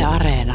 Areena.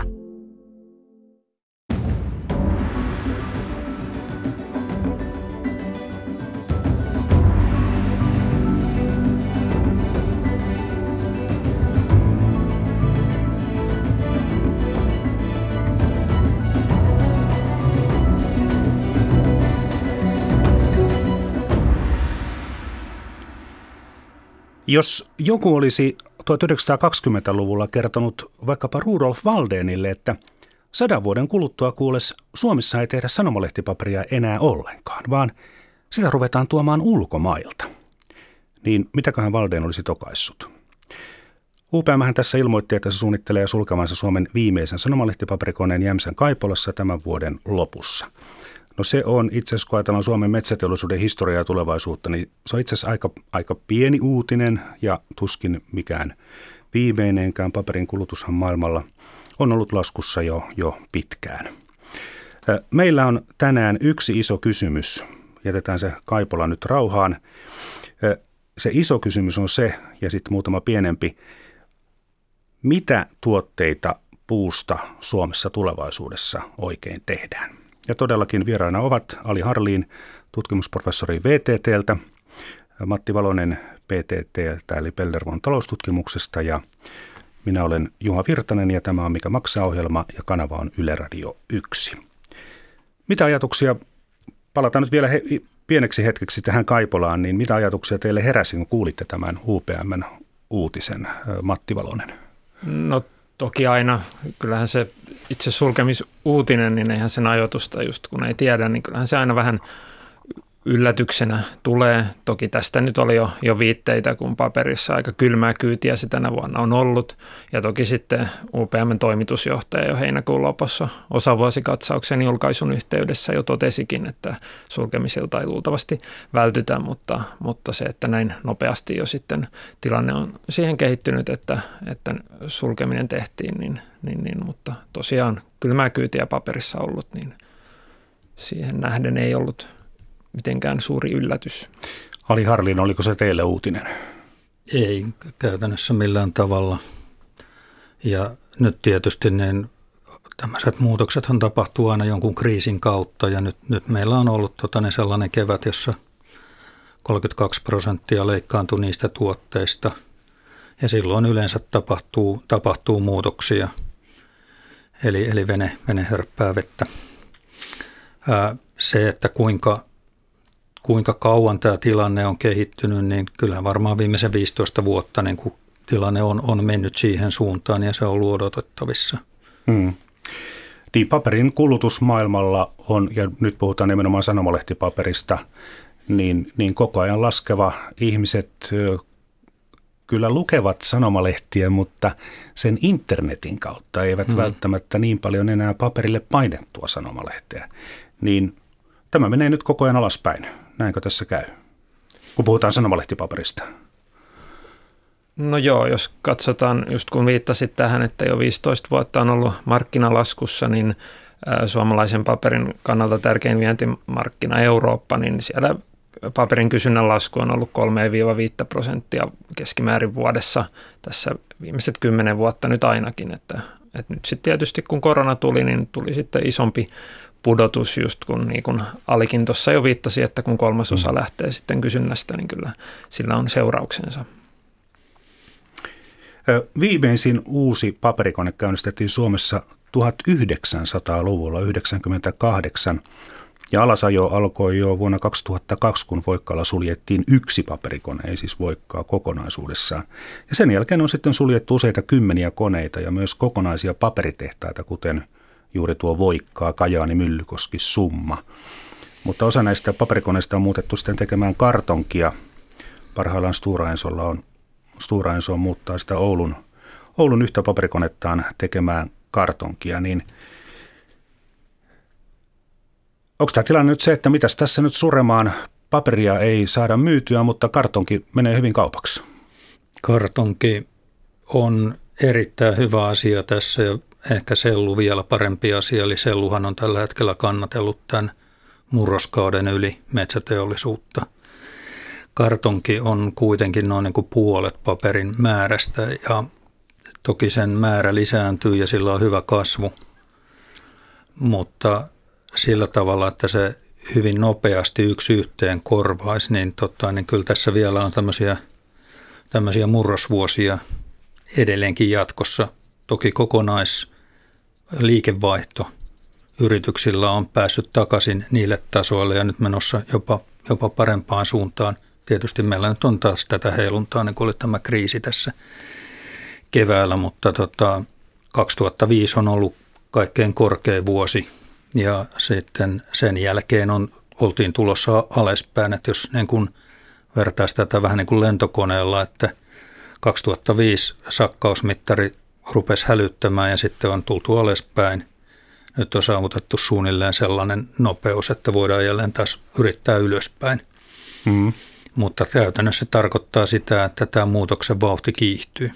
Jos joku olisi 1920-luvulla kertonut vaikkapa Rudolf Waldenille, että 100 vuoden kuluttua kuules Suomessa ei tehdä sanomalehtipaperia enää ollenkaan, vaan sitä ruvetaan tuomaan ulkomailta, niin mitäköhän Walden olisi tokaissut? UPM:hän tässä ilmoitti, että se suunnittelee sulkevansa Suomen viimeisen sanomalehtipaprikoneen Jämsän Kaipolassa tämän vuoden lopussa. No se on itse asiassa, kun ajatellaan Suomen metsäteollisuuden historiaa ja tulevaisuutta, niin se on itse asiassa aika pieni uutinen ja tuskin mikään viimeinenkään. Paperin kulutushan maailmalla on ollut laskussa jo pitkään. Meillä on tänään yksi iso kysymys. Jätetään se Kaipola nyt rauhaan. Se iso kysymys on se, ja sitten muutama pienempi, mitä tuotteita puusta Suomessa tulevaisuudessa oikein tehdään. Ja todellakin vieraina ovat Ali Harlin, tutkimusprofessori VTT:ltä, Matti Valonen PTT:ltä eli Pellervon taloustutkimuksesta ja minä olen Juha Virtanen ja tämä on Mikä maksaa -ohjelma ja kanava on Yle Radio 1. Mitä ajatuksia, palataan nyt vielä pieneksi hetkeksi tähän Kaipolaan, niin mitä ajatuksia teille heräsi, kun kuulitte tämän UPM:n uutisen, Matti Valonen? No toki aina, kyllähän se itse sulkemisuutinen, niin eihän sen ajoitusta just kun ei tiedä, niin kyllähän se aina vähän yllätyksenä tulee. Toki tästä nyt oli jo viitteitä, kun paperissa aika kylmää kyytiä se tänä vuonna on ollut. Ja toki sitten UPM:n toimitusjohtaja jo heinäkuun lopussa osavuosikatsauksen julkaisun yhteydessä jo totesikin, että sulkemisilta ei luultavasti vältytä, mutta se, että näin nopeasti jo sitten tilanne on siihen kehittynyt, että sulkeminen tehtiin, mutta tosiaan kylmää kyytiä paperissa ollut, niin siihen nähden ei ollut mitenkään suuri yllätys. Ali Harlin, oliko se teille uutinen? Ei käytännössä millään tavalla. Ja nyt tietysti tämmöiset muutoksethan tapahtuu aina jonkun kriisin kautta. Ja nyt meillä on ollut sellainen kevät, jossa 32% leikkaantui niistä tuotteista. Ja silloin yleensä tapahtuu muutoksia. Eli vene hörppää vettä. Se, että kuinka kauan tämä tilanne on kehittynyt, niin kyllä varmaan viimeisen 15 vuotta niin kun tilanne on mennyt siihen suuntaan ja se on ollut odotettavissa. Niin paperin kulutus maailmalla on, ja nyt puhutaan nimenomaan sanomalehtipaperista, niin koko ajan laskeva. Ihmiset kyllä lukevat sanomalehtiä, mutta sen internetin kautta eivät välttämättä niin paljon enää paperille painettua sanomalehteä. Niin tämä menee nyt koko ajan alaspäin. Näinkö tässä käy, kun puhutaan sanomalehtipaperista? No joo, jos katsotaan, just kun viittasit tähän, että jo 15 vuotta on ollut markkinalaskussa, niin suomalaisen paperin kannalta tärkein vientimarkkina Eurooppa, niin siellä paperin kysynnän lasku on ollut 3-5% keskimäärin vuodessa tässä viimeiset 10 vuotta nyt ainakin, että nyt sitten tietysti kun korona tuli, niin tuli sitten isompi pudotus just kun, niin kun Alikin tuossa jo viittasi, että kun 1/3 lähtee sitten kysynnästä, niin kyllä sillä on seurauksensa. Viimeisin uusi paperikone käynnistettiin Suomessa 1900-luvulla 1998 ja alasajo alkoi jo vuonna 2002, kun Voikkaalla suljettiin yksi paperikone, ei siis Voikkaa kokonaisuudessaan. Ja sen jälkeen on sitten suljettu useita kymmeniä koneita ja myös kokonaisia paperitehtaita, kuten juuri tuo Voikkaa, Kajaani, Myllykoski, Summa. Mutta osa näistä paperikoneista on muutettu sitten tekemään kartonkia. Parhaillaan Stora Enso muuttaa sitä Oulun yhtä paperikonettaan tekemään kartonkia. Niin onko tämä tilanne nyt se, että mitäs tässä nyt suremaan? Paperia ei saada myytyä, mutta kartonki menee hyvin kaupaksi. Kartonki on erittäin hyvä asia tässä ja ehkä sellu vielä parempi asia, eli selluhan on tällä hetkellä kannatellut tämän murroskauden yli metsäteollisuutta. Kartonki on kuitenkin noin niin kuin puolet paperin määrästä ja Toki sen määrä lisääntyy ja sillä on hyvä kasvu, mutta sillä tavalla, että se hyvin nopeasti yksi yhteen korvaisi, niin kyllä tässä vielä on tämmöisiä murrosvuosia edelleenkin jatkossa. Toki kokonaisliikevaihto yrityksillä on päässyt takaisin niille tasoille ja nyt menossa jopa parempaan suuntaan. Tietysti meillä nyt on taas tätä heiluntaa, niin kuin oli tämä kriisi tässä keväällä, mutta 2005 on ollut kaikkein korkein vuosi ja sitten sen jälkeen oltiin tulossa alaspäin, että jos niin kuin vertaisi tätä vähän niin kuin lentokoneella, että 2005 sakkausmittari rupesi hälyttämään ja sitten on tultu alaspäin. Nyt on saavutettu suunnilleen sellainen nopeus, että voidaan jälleen taas yrittää ylöspäin. Mutta käytännössä se tarkoittaa sitä, että tämä muutoksen vauhti kiihtyy.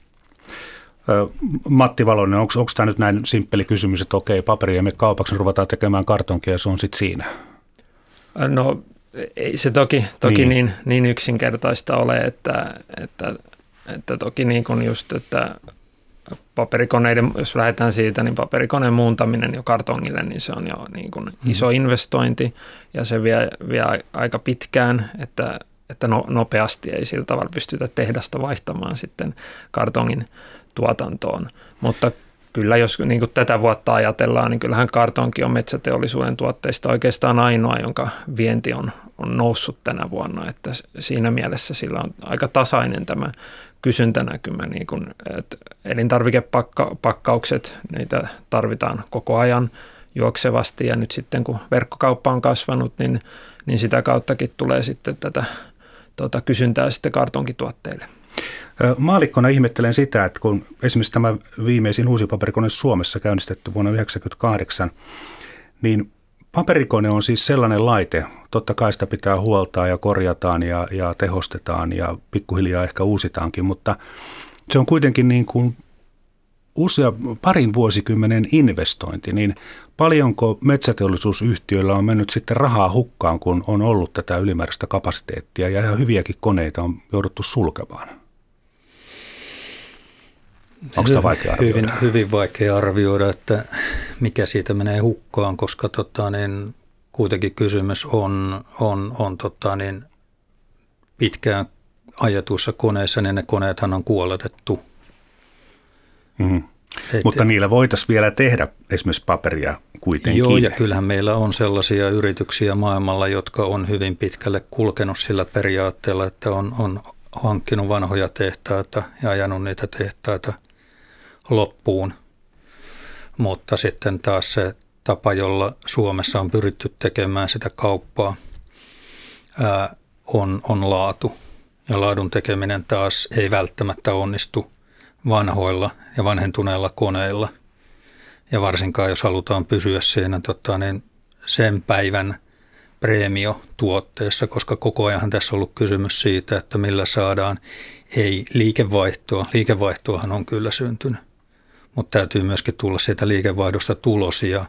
Matti Valonen, onko tämä nyt näin simppeli kysymys, että okei, paperi ja me kaupaksi ruvetaan tekemään kartonkia ja se on sitten siinä? No ei se toki niin yksinkertaista ole, että toki niin kuin just, että paperikoneiden, jos lähdetään siitä, niin paperikoneen muuntaminen jo kartongille, niin se on jo niin kuin iso investointi ja se vie aika pitkään, että nopeasti ei sillä tavalla pystytä tehdasta vaihtamaan sitten kartongin tuotantoon. Mutta kyllä jos niin kuin tätä vuotta ajatellaan, niin kyllähän kartonki on metsäteollisuuden tuotteista oikeastaan ainoa, jonka vienti on noussut tänä vuonna. Että siinä mielessä sillä on aika tasainen tämä kysyntänäkymä. Niin kuin, että elintarvikepakkaukset, niitä tarvitaan koko ajan juoksevasti ja nyt sitten kun verkkokauppa on kasvanut, niin sitä kauttakin tulee sitten tätä kysyntää sitten kartonkituotteille. Maallikkona ihmettelen sitä, että kun esimerkiksi tämä viimeisin uusi paperikone Suomessa käynnistetty vuonna 1998, niin paperikone on siis sellainen laite, totta kai sitä pitää huoltaa ja korjataan ja tehostetaan ja pikkuhiljaa ehkä uusitaankin, mutta se on kuitenkin niin kuin parin vuosikymmenen investointi, niin paljonko metsäteollisuusyhtiöillä on mennyt sitten rahaa hukkaan, kun on ollut tätä ylimääräistä kapasiteettia ja ihan hyviäkin koneita on jouduttu sulkemaan? Onko sitä vaikea arvioida? Hyvin vaikea arvioida, että mikä siitä menee hukkaan, koska kuitenkin kysymys on pitkään ajetuissa koneissa, niin ne koneethan on kuoletettu. Mutta niillä voitaisiin vielä tehdä esimerkiksi paperia kuitenkin. Joo, ja kyllähän meillä on sellaisia yrityksiä maailmalla, jotka on hyvin pitkälle kulkenut sillä periaatteella, että on hankkinut vanhoja tehtaita ja ajanut niitä tehtaita loppuun. Mutta sitten taas se tapa, jolla Suomessa on pyritty tekemään sitä kauppaa, on laatu. Ja laadun tekeminen taas ei välttämättä onnistu vanhoilla ja vanhentuneilla koneilla. Ja varsinkaan, jos halutaan pysyä siinä sen päivän preemiotuotteessa, koska koko ajan tässä on ollut kysymys siitä, että millä saadaan ei liikevaihtoa. Liikevaihtoahan on kyllä syntynyt, mutta täytyy myöskin tulla siitä liikevaihdosta tulos. Ja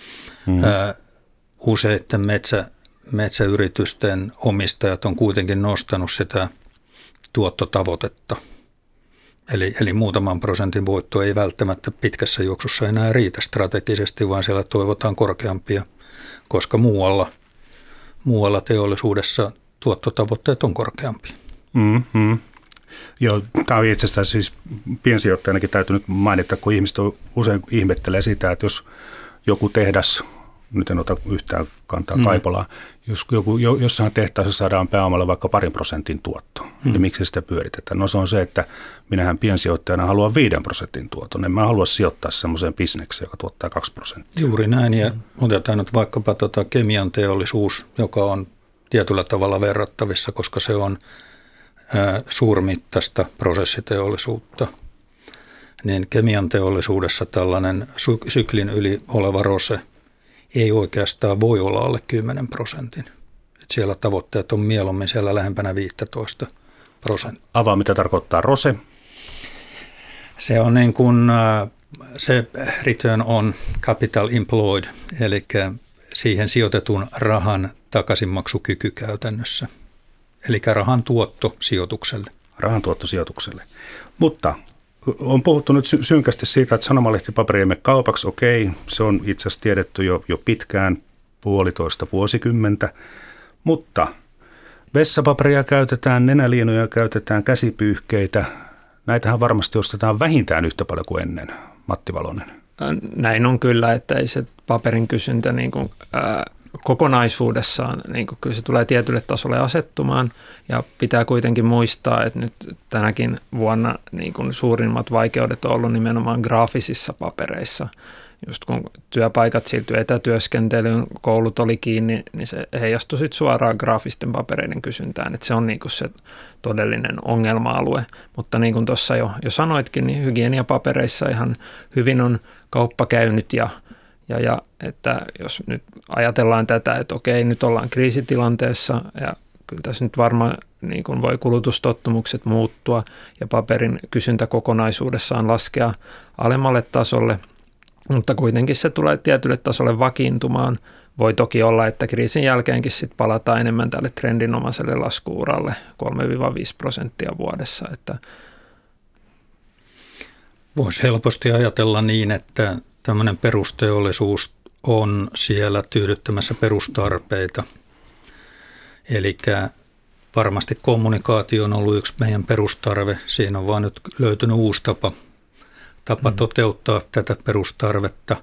useiden metsäyritysten omistajat on kuitenkin nostanut sitä tuottotavoitetta. Eli muutaman prosentin voitto ei välttämättä pitkässä juoksussa enää riitä strategisesti, vaan siellä toivotaan korkeampia, koska muualla teollisuudessa tuottotavoitteet on korkeampia. Joo, tämä on itsestään siis piensijoittajanakin täytyy nyt mainita, kun ihmiset usein ihmettelee sitä, että jos joku tehdas, nyt en ota yhtään kantaa Kaipolaan, jos jossain tehtaassa saadaan pääomalle vaikka 2% tuotto, niin miksi sitä pyöritetään? No se on se, että minähän piensijoittajana haluan 5% tuoton. En mä halua sijoittaa semmoiseen bisnekseen, joka tuottaa 2%. Juuri näin, ja otetaan nyt vaikkapa kemian teollisuus, joka on tietyllä tavalla verrattavissa, koska se on suurmittaista prosessiteollisuutta. Niin kemian teollisuudessa tällainen syklin yli oleva rose ei oikeastaan voi olla alle 10%. Et siellä tavoitteet on mieluummin siellä lähempänä 15%. Avaa, mitä tarkoittaa rose? Se on niin kuin se return on capital employed, eli siihen sijoitetun rahan takaisinmaksukyky käytännössä. Eli rahan tuotto sijoitukselle. Rahan tuotto sijoitukselle. Mutta On puhuttu nyt synkästi siitä, että sanomalehtipaperi ei mene kaupaksi. Okei, se on itse asiassa tiedetty jo pitkään, 1,5 vuosikymmentä, mutta vessapaperia käytetään, nenäliinoja käytetään, käsipyyhkeitä. Näitähän varmasti ostetaan vähintään yhtä paljon kuin ennen. Matti Valonen. Näin on kyllä, että ei se paperin kysyntä niin kuin, kokonaisuudessaan, niin kuin, kyllä se tulee tietylle tasolle asettumaan ja pitää kuitenkin muistaa, että nyt tänäkin vuonna niin kuin suurimmat vaikeudet on ollut nimenomaan graafisissa papereissa. Just kun työpaikat siirtyi etätyöskentelyyn, koulut oli kiinni, niin se heijastui sitten suoraan graafisten papereiden kysyntään, että se on niin kuin se todellinen ongelma-alue. Mutta niin kuin tuossa jo sanoitkin, niin hygieniapapereissa ihan hyvin on kauppa käynyt ja että jos nyt ajatellaan tätä, että okei, nyt ollaan kriisitilanteessa ja kyllä tässä nyt varmaan niin kuin voi kulutustottumukset muuttua ja paperin kysyntä kokonaisuudessaan laskea alemmalle tasolle, mutta kuitenkin se tulee tietylle tasolle vakiintumaan. Voi toki olla, että kriisin jälkeenkin sit palataan enemmän tälle trendinomaiselle laskuuralle 3-5% vuodessa. Että voisi helposti ajatella niin, että tämmöinen perusteollisuus on siellä tyydyttämässä perustarpeita. Eli varmasti kommunikaatio on ollut yksi meidän perustarve. Siinä on vaan nyt löytynyt uusi tapa toteuttaa tätä perustarvetta.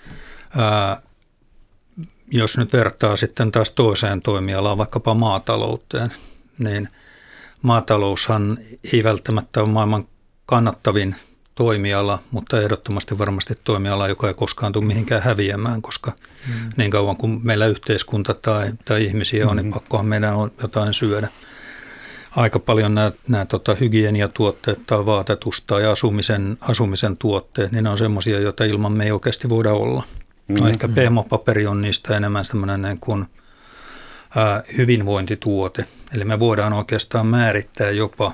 Jos nyt vertaa sitten taas toiseen toimialaan, vaikkapa maatalouteen, niin maataloushan ei välttämättä ole maailman kannattavin toimiala, mutta ehdottomasti varmasti toimiala, joka ei koskaan tule mihinkään häviämään, koska niin kauan kuin meillä yhteiskunta tai ihmisiä on, niin pakkohan meidän on jotain syödä. Aika paljon nämä hygieniatuotteet tai vaatetus tai asumisen tuotteet, niin ne on semmoisia, joita ilman me ei oikeasti voida olla. No ehkä pehmopaperi on niistä enemmän semmoinen niin kuin hyvinvointituote. Eli me voidaan oikeastaan määrittää jopa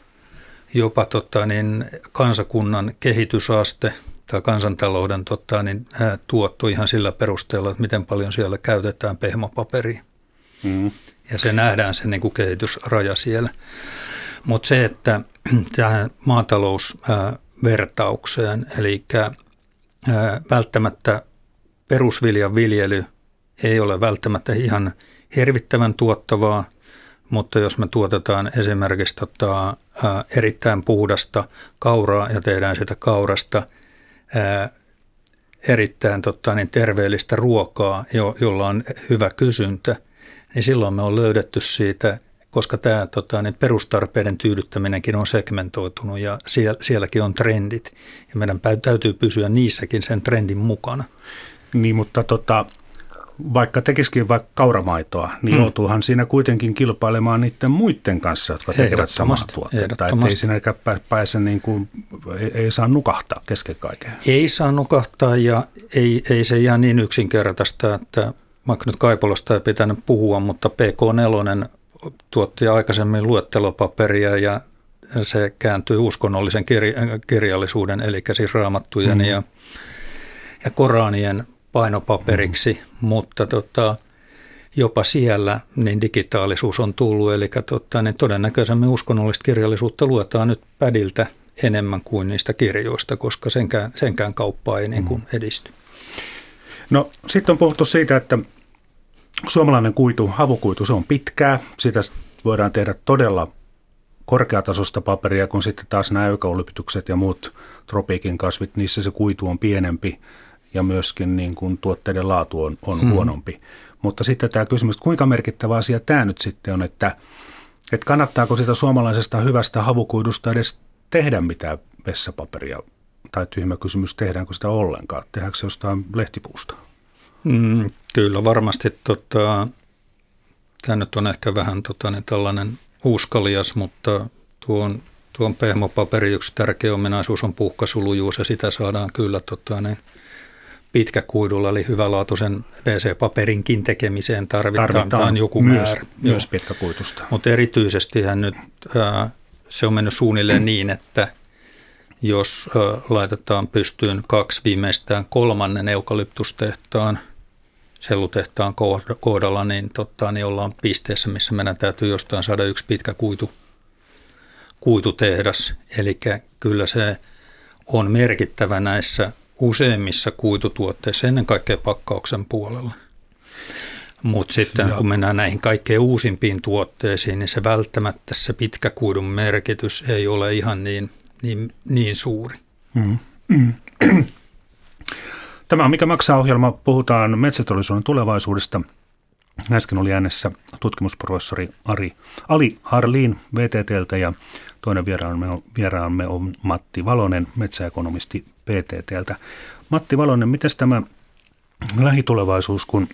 kansakunnan kehitysaste tai kansantalouden tuotto ihan sillä perusteella, että miten paljon siellä käytetään pehmopaperia. Ja se nähdään se niin kuin kehitysraja siellä. Mutta se, että tähän maatalousvertaukseen, eli välttämättä perusviljan viljely ei ole välttämättä ihan hirvittävän tuottavaa, mutta jos me tuotetaan esimerkiksi erittäin puhdasta kauraa ja tehdään sitä kaurasta erittäin terveellistä ruokaa, jolla on hyvä kysyntä, niin silloin me on löydetty siitä, koska tämä perustarpeiden tyydyttäminenkin on segmentoitunut ja sielläkin on trendit. Ja meidän täytyy pysyä niissäkin sen trendin mukana. Niin, mutta vaikka tekisikin vaikka kauramaitoa, niin joutuuhan siinä kuitenkin kilpailemaan niiden muiden kanssa, jotka tekevät samaa tuotteita. Että ei siinäkään pääse, niin kuin, ei saa nukahtaa kesken kaiken. Ei saa nukahtaa ja ei se ihan niin yksinkertaista, että vaikka nyt Kaipolasta ei pitänyt puhua, mutta PK4 tuotti aikaisemmin luettelopaperia ja se kääntyi uskonnollisen kirjallisuuden, eli siis raamattujen ja Koranien painopaperiksi, mutta jopa siellä niin digitaalisuus on tullut, eli niin todennäköisemmin uskonnollista kirjallisuutta luetaan nyt pädiltä enemmän kuin niistä kirjoista, koska senkään kauppa ei niin kuin edisty. No sitten on puhuttu siitä, että suomalainen havukuitu, se on pitkää, siitä voidaan tehdä todella korkeatasoista paperia, kun sitten taas nämä eukalyptukset ja muut tropiikin kasvit, niissä se kuitu on pienempi ja myöskin niin kuin tuotteiden laatu on huonompi. Mutta sitten tämä kysymys, että kuinka merkittävä asia tämä nyt sitten on, että kannattaako sitä suomalaisesta hyvästä havukuidusta edes tehdä mitään vessapaperia, tai tyhmä kysymys, tehdäänkö sitä ollenkaan, tehdäänkö se jostain lehtipuusta? Kyllä varmasti, tämä nyt on ehkä vähän niin tällainen uskalias, mutta tuon pehmopaperi yksi tärkeä ominaisuus on puhkasulujuus ja sitä saadaan kyllä pitkäkuidulla, eli hyvälaatuisen WC-paperinkin tekemiseen tarvitaan joku määrä. Myös pitkäkuitusta. Mutta erityisestihän nyt se on mennyt suunnilleen niin, että jos laitetaan pystyyn 2 viimeistään 3 eukalyptustehtaan, sellutehtaan kohdalla, niin ollaan pisteessä, missä meidän täytyy jostain saada yksi pitkä kuitutehdas. Eli kyllä se on merkittävä näissä useimmissa kuitutuotteissa, ennen kaikkea pakkauksen puolella. Mutta sitten kun mennään näihin kaikkein uusimpiin tuotteisiin, niin se välttämättä se pitkäkuidun merkitys ei ole ihan niin suuri. Tämä on Mikä maksaa -ohjelma. Puhutaan metsäteollisuuden tulevaisuudesta. Äsken oli äänessä tutkimusprofessori Ali Harlin VTT:ltä ja toinen vieraamme on Matti Valonen, metsäekonomisti PTT:ltä. Matti Valonen, miten tämä lähitulevaisuus, kun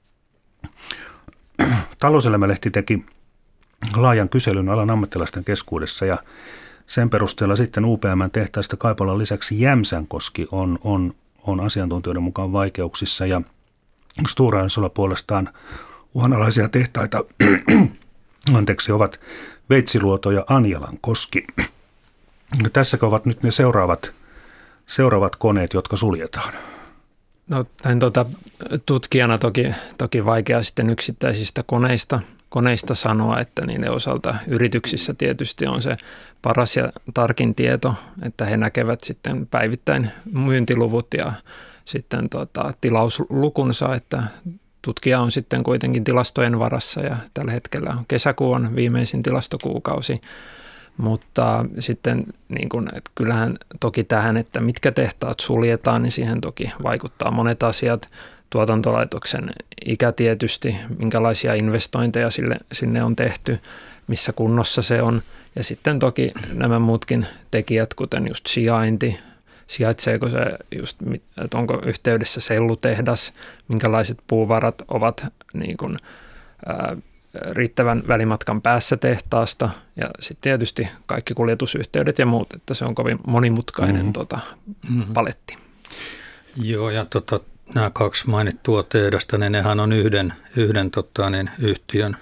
Talouselämä-lehti teki laajan kyselyn alan ammattilaisten keskuudessa ja sen perusteella sitten UPM:n tehtaista Kaipolan lisäksi Jämsänkoski on asiantuntijoiden mukaan vaikeuksissa ja Stora Ensolla puolestaan uhanalaisia tehtaita ovat Veitsiluoto ja Anjalankoski. Tässäkö ovat nyt ne seuraavat koneet, jotka suljetaan? No näin tutkijana toki vaikea sitten yksittäisistä koneista sanoa, että niiden osalta yrityksissä tietysti on se paras ja tarkin tieto, että he näkevät sitten päivittäin myyntiluvut ja sitten tilauslukunsa, että tutkija on sitten kuitenkin tilastojen varassa ja tällä hetkellä kesäkuu on viimeisin tilastokuukausi, mutta sitten niin kun, että kyllähän toki tähän, että mitkä tehtaat suljetaan, niin siihen toki vaikuttaa monet asiat. Tuotantolaitoksen ikä tietysti, minkälaisia investointeja sinne on tehty, missä kunnossa se on. Ja sitten toki nämä muutkin tekijät, kuten just sijainti, sijaitseeko se just, että onko yhteydessä sellutehdas, minkälaiset puuvarat ovat niin kuin, riittävän välimatkan päässä tehtaasta ja sitten tietysti kaikki kuljetusyhteydet ja muut, että se on kovin monimutkainen paletti. Joo, ja nämä kaksi mainittua tehdasta, niin nehän on yhden yhtiön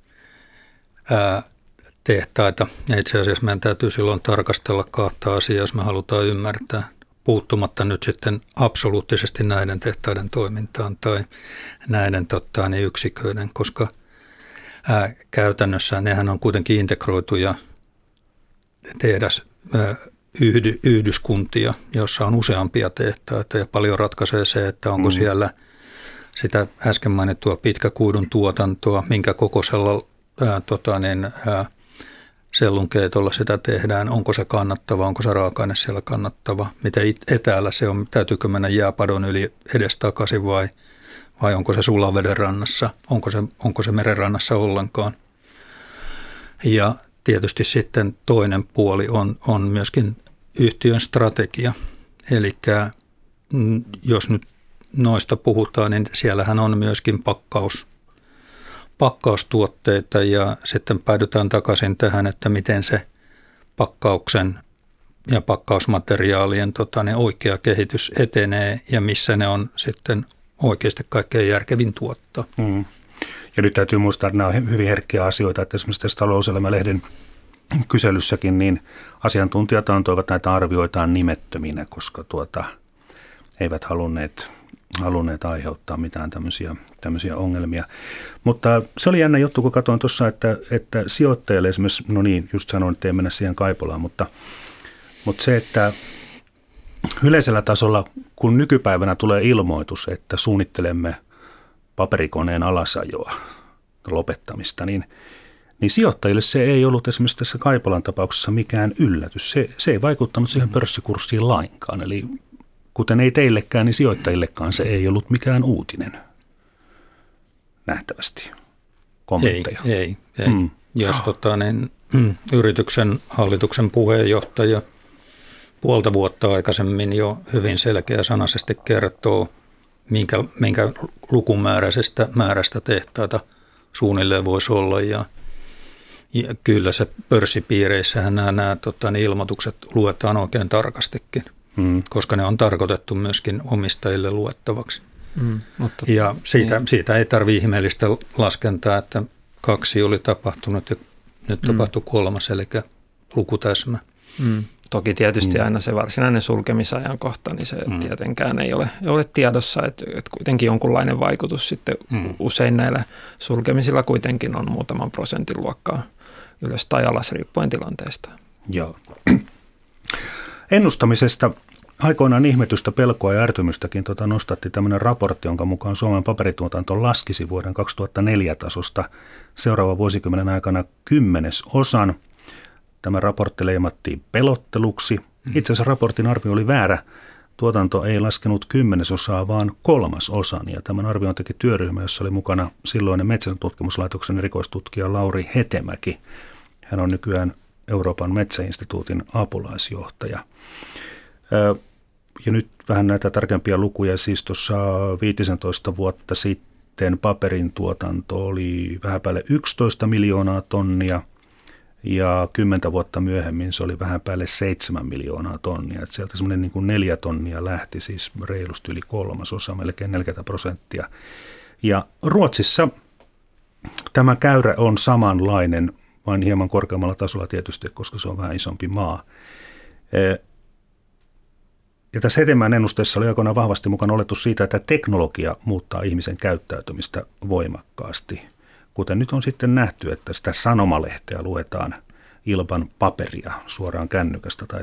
tehtaita. Ja itse asiassa meidän täytyy silloin tarkastella kahta asiaa, jos me halutaan ymmärtää, puuttumatta nyt sitten absoluuttisesti näiden tehtaiden toimintaan tai näiden yksiköiden, koska käytännössä nehän on kuitenkin integroituja yhdyskuntia, jossa on useampia tehtaita ja paljon ratkaisee se, että onko siellä sitä äsken mainittua pitkäkuidun tuotantoa, minkä kokoisella sellunkeitolla sitä tehdään, onko se kannattava, onko se raaka-aine siellä kannattava, miten etäällä se on, täytyykö mennä jääpadon yli edestakaisin vai onko se sulaveden rannassa, onko se merenrannassa ollenkaan. Ja tietysti sitten toinen puoli on myöskin yhtiön strategia, eli jos nyt noista puhutaan, niin siellähän on myöskin pakkaustuotteita ja sitten päädytään takaisin tähän, että miten se pakkauksen ja pakkausmateriaalien oikea kehitys etenee ja missä ne on sitten oikeasti kaikkein järkevin tuottaa. Ja nyt täytyy muistaa, että nämä on hyvin herkkiä asioita, että esimerkiksi tässä Talouselämä-lehden kyselyssäkin niin asiantuntijat antoivat näitä arvioitaan nimettöminä, koska eivät halunneet aiheuttaa mitään tämmöisiä ongelmia. Mutta se oli jännä juttu, kun katsoin tuossa, että sijoittajille esimerkiksi, no niin, just sanoin, että ei mennä siihen Kaipolaan, mutta se, että yleisellä tasolla, kun nykypäivänä tulee ilmoitus, että suunnittelemme paperikoneen alasajoa, lopettamista, niin sijoittajille se ei ollut esimerkiksi tässä Kaipolan tapauksessa mikään yllätys. Se ei vaikuttanut siihen pörssikurssiin lainkaan. Eli kuten ei teillekään, niin sijoittajillekaan se ei ollut mikään uutinen nähtävästi. Kommentteja. Ei. Jos yrityksen hallituksen puheenjohtaja puolta vuotta aikaisemmin jo hyvin selkeäsanaisesti kertoo, minkä lukumääräisestä määrästä tehtaita suunnilleen voisi olla. Ja kyllä se pörssipiireissähän nämä ilmoitukset luetaan oikein tarkastikin, koska ne on tarkoitettu myöskin omistajille luettavaksi. Ja siitä ei tarvitse ihmeellistä laskentaa, että 2 oli tapahtunut ja nyt tapahtui 3, eli lukutäsmä. Toki tietysti aina se varsinainen sulkemisajankohta, niin se tietenkään ei ole tiedossa, että kuitenkin jonkunlainen vaikutus sitten usein näillä sulkemisilla kuitenkin on muutaman prosentin luokkaa ylös tai alas riippuen tilanteesta. Joo. Ennustamisesta aikoinaan ihmetystä, pelkoa ja ärtymystäkin nostatti tämmöinen raportti, jonka mukaan Suomen paperituotanto laskisi vuoden 2004 tasosta seuraavan vuosikymmenen aikana 10%. Tämä raportti leimattiin pelotteluksi. Itse asiassa raportin arvio oli väärä. Tuotanto ei laskenut 10%, vaan 3%. Ja tämän arvion teki työryhmä, jossa oli mukana silloinen Metsäntutkimuslaitoksen erikoistutkija Lauri Hetemäki. Hän on nykyään Euroopan metsäinstituutin apulaisjohtaja. Ja nyt vähän näitä tarkempia lukuja. Siis tuossa 15 vuotta sitten paperin tuotanto oli vähän päälle 11 miljoonaa tonnia. Ja 10 vuotta myöhemmin se oli vähän päälle 7 miljoonaa tonnia. Et sieltä semmoinen niin kuin 4 tonnia lähti, siis reilusti yli 3%, melkein 40%. Ja Ruotsissa tämä käyrä on samanlainen, vain hieman korkeammalla tasolla tietysti, koska se on vähän isompi maa. Ja tässä Hetemäen ennusteessa oli aikoinaan vahvasti mukana oletus siitä, että teknologia muuttaa ihmisen käyttäytymistä voimakkaasti. Kuten nyt on sitten nähty, että sitä sanomalehteä luetaan ilman paperia suoraan kännykästä tai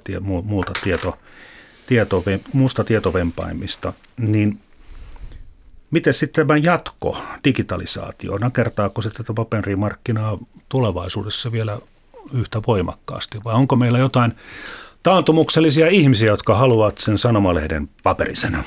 muusta tietovempaimista, niin miten sitten tämä jatko, digitalisaatio, nakertaako se tätä paperimarkkinaa tulevaisuudessa vielä yhtä voimakkaasti vai onko meillä jotain taantumuksellisia ihmisiä, jotka haluavat sen sanomalehden paperisena?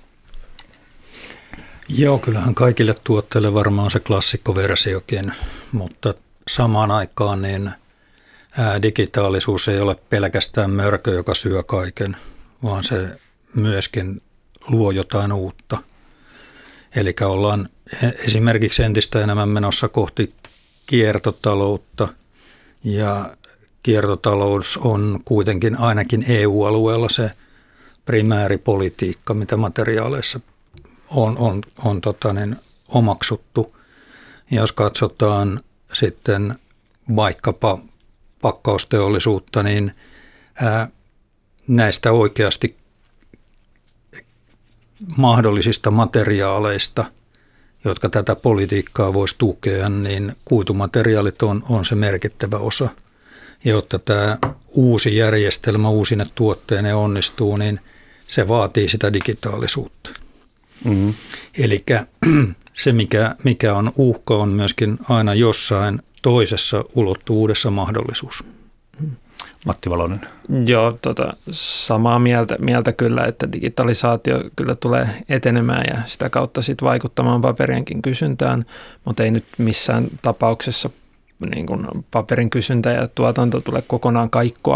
Joo, kyllähän kaikille tuotteille varmaan se klassikkoversiokin, mutta samaan aikaan niin digitaalisuus ei ole pelkästään mörkö, joka syö kaiken, vaan se myöskin luo jotain uutta. Eli ollaan esimerkiksi entistä enemmän menossa kohti kiertotaloutta ja kiertotalous on kuitenkin ainakin EU-alueella se primääripolitiikka, mitä materiaaleissa on omaksuttu. Ja jos katsotaan sitten vaikkapa pakkausteollisuutta, niin näistä oikeasti mahdollisista materiaaleista, jotka tätä politiikkaa voisi tukea, niin kuitumateriaalit on se merkittävä osa. Ja jotta tämä uusi järjestelmä uusine tuotteineen onnistuu, niin se vaatii sitä digitaalisuutta. Mm-hmm. Eli se, mikä on uhka, on myöskin aina jossain toisessa ulottuvuudessa mahdollisuus. Matti Valonen. Joo, samaa mieltä kyllä, että digitalisaatio kyllä tulee etenemään ja sitä kautta sitten vaikuttamaan paperienkin kysyntään, mutta ei nyt missään tapauksessa niin kuin paperin kysyntä ja tuotanto tule kokonaan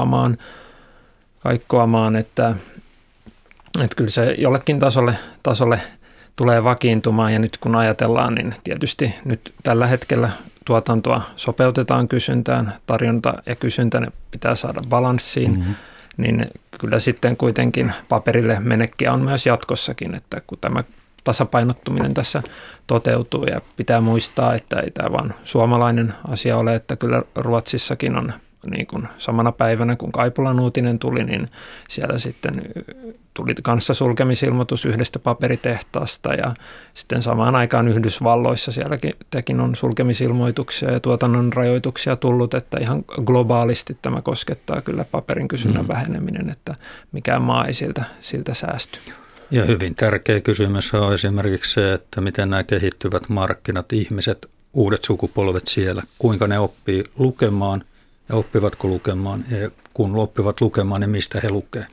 kaikkoamaan, että kyllä se jollekin tasolle tulee vakiintumaan ja nyt kun ajatellaan, niin tietysti nyt tällä hetkellä tuotantoa sopeutetaan kysyntään, tarjonta ja kysyntä ne pitää saada balanssiin, niin kyllä sitten kuitenkin paperille menekkiä on myös jatkossakin, että kun tämä tasapainottuminen tässä toteutuu ja pitää muistaa, että ei tämä vaan suomalainen asia ole, että kyllä Ruotsissakin on niin kuin samana päivänä, kun Kaipolan uutinen tuli, niin siellä sitten tuli kanssa sulkemisilmoitus yhdestä paperitehtaasta ja sitten samaan aikaan Yhdysvalloissa sielläkin on sulkemisilmoituksia ja tuotannon rajoituksia tullut, että ihan globaalisti tämä koskettaa kyllä paperin kysynnän väheneminen, että mikään maa ei siltä säästy. Ja hyvin tärkeä kysymys on esimerkiksi se, että miten nämä kehittyvät markkinat, ihmiset, uudet sukupolvet siellä, kuinka ne oppii lukemaan ja oppivatko lukemaan ja kun oppivat lukemaan, niin mistä he lukee.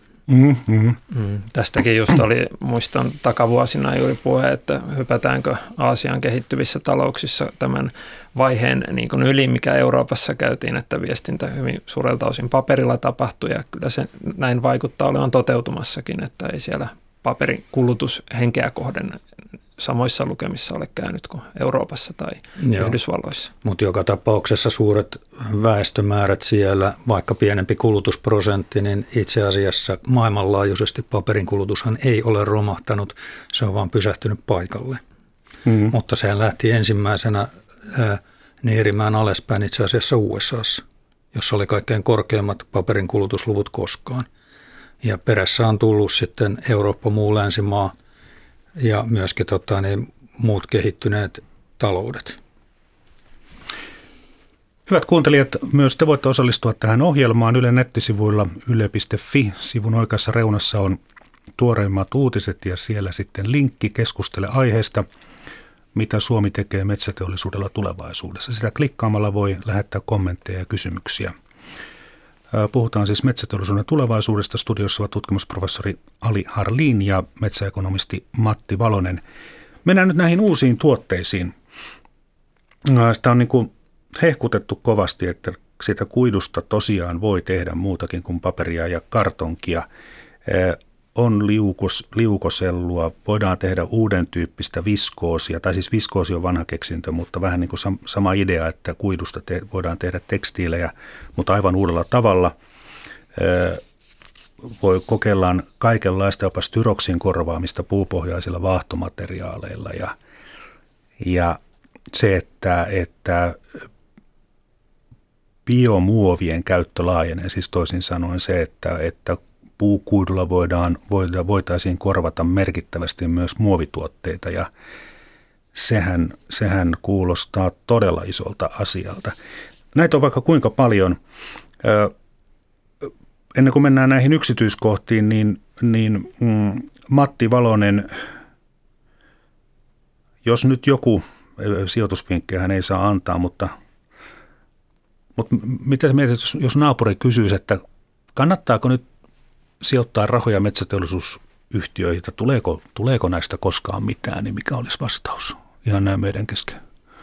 Tästäkin just oli, muistan takavuosina juuri puhe, että hypätäänkö Aasian kehittyvissä talouksissa tämän vaiheen niin kuin yli, mikä Euroopassa käytiin, että viestintä hyvin suurelta osin paperilla tapahtui ja kyllä se näin vaikuttaa olevan toteutumassakin, että ei siellä paperin kulutus henkeä kohden samoissa lukemissa ole käynyt kuin Euroopassa tai Yhdysvalloissa. Mutta joka tapauksessa suuret väestömäärät siellä, vaikka pienempi kulutusprosentti, niin itse asiassa maailmanlaajuisesti paperin kulutushan ei ole romahtanut, se on vaan pysähtynyt paikalle. Mutta sehän lähti ensimmäisenä nierimään alaspäin itse asiassa USAssa, jossa oli kaikkein korkeimmat paperin kulutusluvut koskaan. Ja perässä on tullut sitten Eurooppa, muu länsimaa ja myöskin muut kehittyneet taloudet. Hyvät kuuntelijat, myös te voitte osallistua tähän ohjelmaan Ylen nettisivuilla yle.fi. Sivun oikeassa reunassa on tuoreimmat uutiset ja siellä sitten linkki keskustele aiheesta, mitä Suomi tekee metsäteollisuudella tulevaisuudessa. Sitä klikkaamalla voi lähettää kommentteja ja kysymyksiä. Puhutaan siis metsäteollisuuden tulevaisuudesta. Studiossa ovat tutkimusprofessori Ali Harlin ja metsäekonomisti Matti Valonen. Mennään nyt näihin uusiin tuotteisiin. Sitä on niin kuin hehkutettu kovasti, että siitä kuidusta tosiaan voi tehdä muutakin kuin paperia ja kartonkia. On liukosellua, voidaan tehdä uuden tyyppistä viskoosia, tai siis viskoosi on vanha keksintö, mutta vähän niin kuin sama idea, että kuidusta voidaan tehdä tekstiilejä, mutta aivan uudella tavalla. Kokeillaan kaikenlaista, jopa styroksin korvaamista puupohjaisilla vaahtomateriaaleilla ja se, että biomuovien käyttö laajenee, siis toisin sanoen se, että puukuidulla voitaisiin korvata merkittävästi myös muovituotteita ja sehän kuulostaa todella isolta asialta. Näitä on vaikka kuinka paljon. Ennen kuin mennään näihin yksityiskohtiin, niin Matti Valonen, jos nyt joku sijoitusvinkkejä hän ei saa antaa, mutta mitä mietit, jos naapuri kysyisi, että kannattaako nyt sijoittaa rahoja metsäteollisuusyhtiöihin, että tuleeko näistä koskaan mitään, niin mikä olisi vastaus? Ihan näin meidän kesken.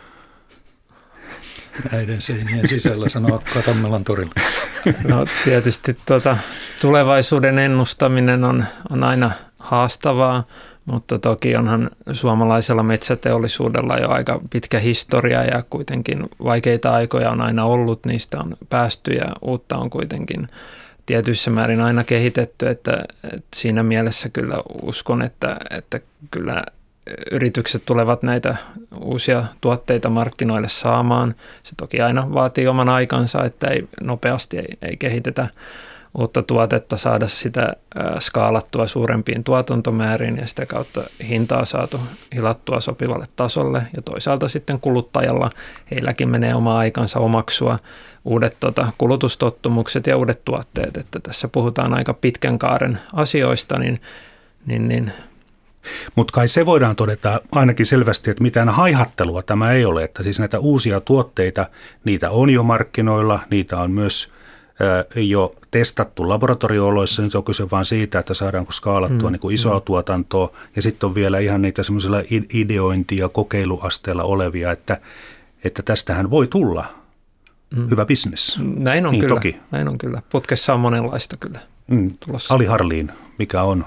Näiden seinien sisällä sanoo Katammelan torilla. No tietysti tulevaisuuden ennustaminen on aina haastavaa, mutta toki onhan suomalaisella metsäteollisuudella jo aika pitkä historia ja kuitenkin vaikeita aikoja on aina ollut, niistä on päästy ja uutta on kuitenkin tietyissä määrin aina kehitetty, että siinä mielessä kyllä uskon, että kyllä yritykset tulevat näitä uusia tuotteita markkinoille saamaan. Se toki aina vaatii oman aikansa, että ei nopeasti ei kehitetä uutta tuotetta, saada sitä skaalattua suurempiin tuotantomääriin ja sitä kautta hintaa saatu hilattua sopivalle tasolle. Ja toisaalta sitten kuluttajalla, heilläkin menee oma aikansa omaksua uudet kulutustottumukset ja uudet tuotteet. Että tässä puhutaan aika pitkän kaaren asioista, niin mutta kai se voidaan todeta ainakin selvästi, että mitään haihattelua tämä ei ole. Että siis näitä uusia tuotteita, niitä on jo markkinoilla, niitä on myös jo testattu laboratorio-oloissa. Nyt on kyse vaan siitä, että saadaanko skaalattua niin kuin isoa tuotantoa. Ja sitten on vielä ihan niitä semmoisilla ideointi- ja kokeiluasteella olevia, että tästähän voi tulla hyvä bisnes. Näin on niin, kyllä. Toki. Näin on kyllä. Putkessa on monenlaista kyllä tulossa. Ali Harlin, mikä on?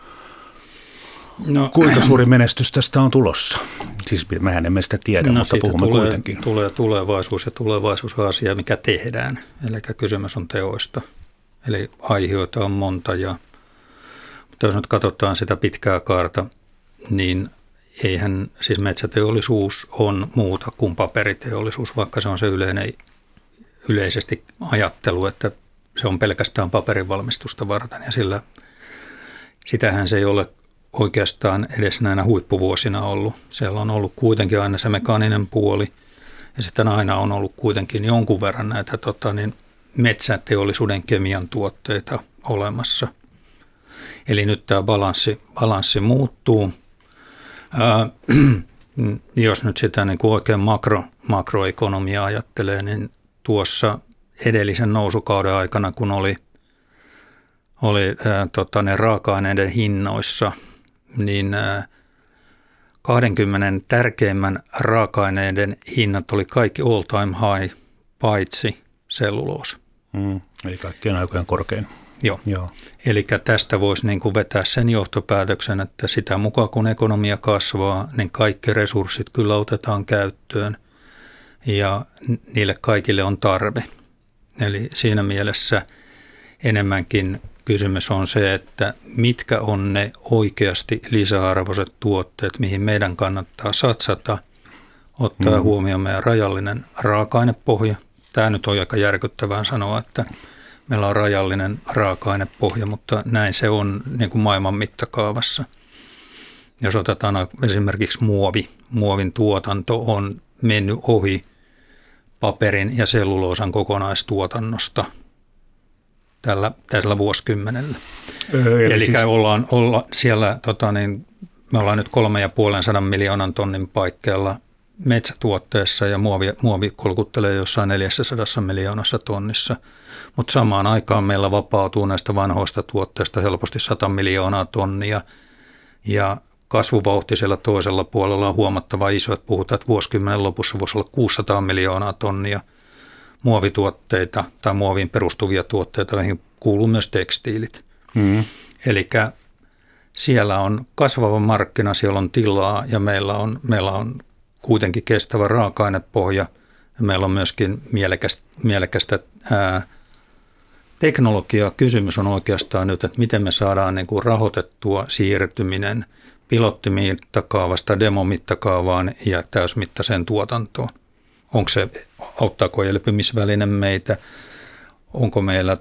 No, kuinka suuri menestys tästä on tulossa? Siis mehän emme sitä tiedä, mutta puhumme kuitenkin. Tulee tulevaisuus ja tulevaisuus on asia, mikä tehdään. Eli kysymys on teoista. Eli aiheita on monta. Mutta jos nyt katsotaan sitä pitkää kaarta, niin eihän siis metsäteollisuus on muuta kuin paperiteollisuus, vaikka se on se yleisesti ajattelu, että se on pelkästään paperinvalmistusta varten. Ja sitähän se ei ole oikeastaan edes näinä huippuvuosina ollut. Siellä on ollut kuitenkin aina se mekaaninen puoli ja sitten aina on ollut kuitenkin jonkun verran näitä metsäteollisuuden kemian tuotteita olemassa. Eli nyt tämä balanssi muuttuu. Jos nyt sitä niin kuin oikein makroekonomia ajattelee, niin tuossa edellisen nousukauden aikana, kun oli ne raaka-aineiden hinnoissa, niin 20 tärkeimmän raaka-aineiden hinnat oli kaikki all time high, paitsi selluloosi. Eli kaikkien aikojen korkein. Joo. Eli tästä voisi niin kuin vetää sen johtopäätöksen, että sitä mukaan kun ekonomia kasvaa, niin kaikki resurssit kyllä otetaan käyttöön ja niille kaikille on tarve. Eli siinä mielessä enemmänkin kysymys on se, että mitkä on ne oikeasti lisäarvoiset tuotteet, mihin meidän kannattaa satsata, ottaa huomioon meidän rajallinen raaka-ainepohja. Tämä nyt on aika järkyttävää sanoa, että meillä on rajallinen raaka-ainepohja, mutta näin se on niin kuin maailman mittakaavassa. Jos otetaan esimerkiksi muovin tuotanto on mennyt ohi paperin ja selluloosan kokonaistuotannosta tällä vuosikymmenellä. Eli siis ollaan siellä, me ollaan nyt 350 miljoonan tonnin paikkeilla metsätuotteessa ja muovi kolkuttelee jossain 400 miljoonassa tonnissa, mutta samaan aikaan meillä vapautuu näistä vanhoista tuotteista helposti 100 miljoonaa tonnia ja kasvuvauhti siellä toisella puolella on huomattava iso, että puhutaan, että vuosikymmenen lopussa voisi olla 600 miljoonaa tonnia muovituotteita tai muoviin perustuvia tuotteita, joihin kuuluu myös tekstiilit. Eli siellä on kasvava markkina, siellä on tilaa ja meillä on kuitenkin kestävä raaka-ainepohja ja meillä on myöskin mielekästä teknologiaa. Kysymys on oikeastaan nyt, että miten me saadaan niin kuin rahoitettua siirtyminen pilottimittakaavasta demomittakaavaan ja täysmittaiseen tuotantoon. Auttaako elpymisväline meitä? Onko meillä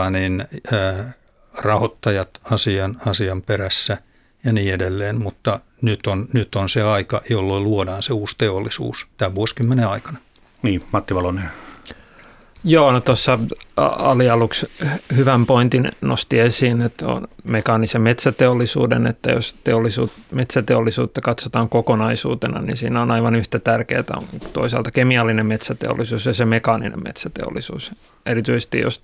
rahoittajat asian perässä ja niin edelleen, mutta nyt on se aika, jolloin luodaan se uusi teollisuus tämän vuosikymmenen aikana. Niin, Matti Valonen. Joo, no tuossa alialuksi hyvän pointin nosti esiin, että on mekaanisen metsäteollisuuden, että jos metsäteollisuutta katsotaan kokonaisuutena, niin siinä on aivan yhtä tärkeää on toisaalta kemiallinen metsäteollisuus ja se mekaaninen metsäteollisuus. Erityisesti jos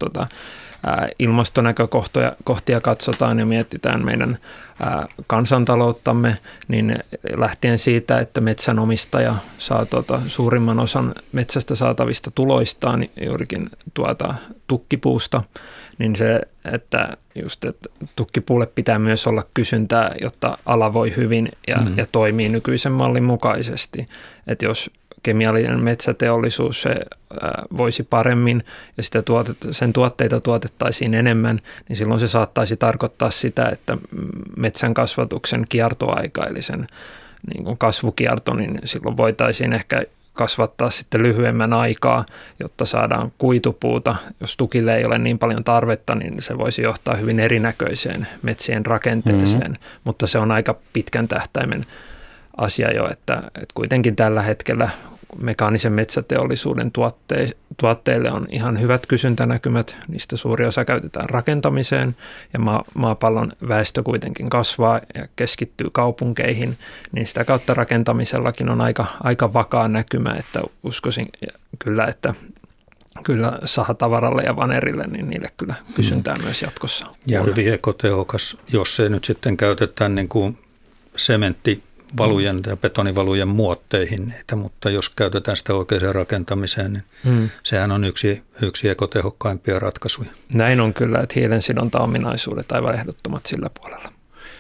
ilmastonäkökohtia katsotaan ja mietitään meidän kansantalouttamme, niin lähtien siitä, että metsänomistaja saa suurimman osan metsästä saatavista tuloistaan juurikin tukkipuusta, niin se, että tukkipuulle pitää myös olla kysyntää, jotta ala voi hyvin ja toimii nykyisen mallin mukaisesti. Että jos kemiallinen metsäteollisuus se voisi paremmin ja sen tuotteita tuotettaisiin enemmän, niin silloin se saattaisi tarkoittaa sitä, että metsän kasvatuksen kiertoaika, eli sen niin kuin kasvukierto, niin silloin voitaisiin ehkä kasvattaa sitten lyhyemmän aikaa, jotta saadaan kuitupuuta. Jos tukille ei ole niin paljon tarvetta, niin se voisi johtaa hyvin erinäköiseen metsien rakenteeseen, mutta se on aika pitkän tähtäimen asia jo, että kuitenkin tällä hetkellä mekaanisen metsäteollisuuden tuotteille on ihan hyvät kysyntänäkymät. Niistä suuri osa käytetään rakentamiseen ja maapallon väestö kuitenkin kasvaa ja keskittyy kaupunkeihin, niin sitä kautta rakentamisellakin on aika vakaa näkymä, että uskoisin kyllä, että kyllä sahatavaralle ja vanerille, niin niille kyllä kysyntää myös jatkossa. Ja hyvin ekotehokas, jos se nyt sitten käytetään niin kuin sementtivalujen ja betonivalujen muotteihin, mutta jos käytetään sitä oikeaan rakentamiseen, niin sehän on yksi ekotehokkaimpia ratkaisuja. Näin on kyllä, että hiilensidontaominaisuudet aivan ehdottomat sillä puolella.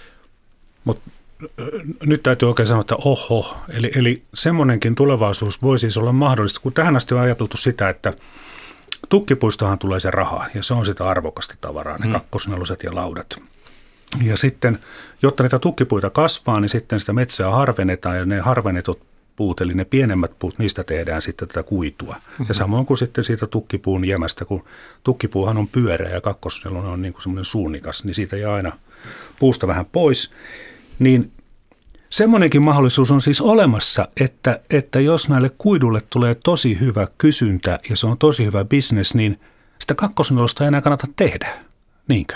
Mutta nyt täytyy oikein sanoa, että oho, eli semmoinenkin tulevaisuus voi siis olla mahdollista, kun tähän asti on ajateltu sitä, että tukkipuistohan tulee se raha ja se on sitä arvokasta tavaraa, ne kakkosneloset ja laudat. Ja sitten, jotta niitä tukkipuita kasvaa, niin sitten sitä metsää harvennetaan ja ne harvennetut puut, eli ne pienemmät puut, niistä tehdään sitten tätä kuitua. Ja samoin kuin sitten siitä tukkipuun jämästä, kun tukkipuuhan on pyöreä ja kakkosnelonen on niin kuin semmoinen suunnikas, niin siitä jää aina puusta vähän pois. Niin semmoinenkin mahdollisuus on siis olemassa, että jos näille kuidulle tulee tosi hyvä kysyntä ja se on tosi hyvä bisnes, niin sitä kakkosnelosta ei enää kannata tehdä, niinkö?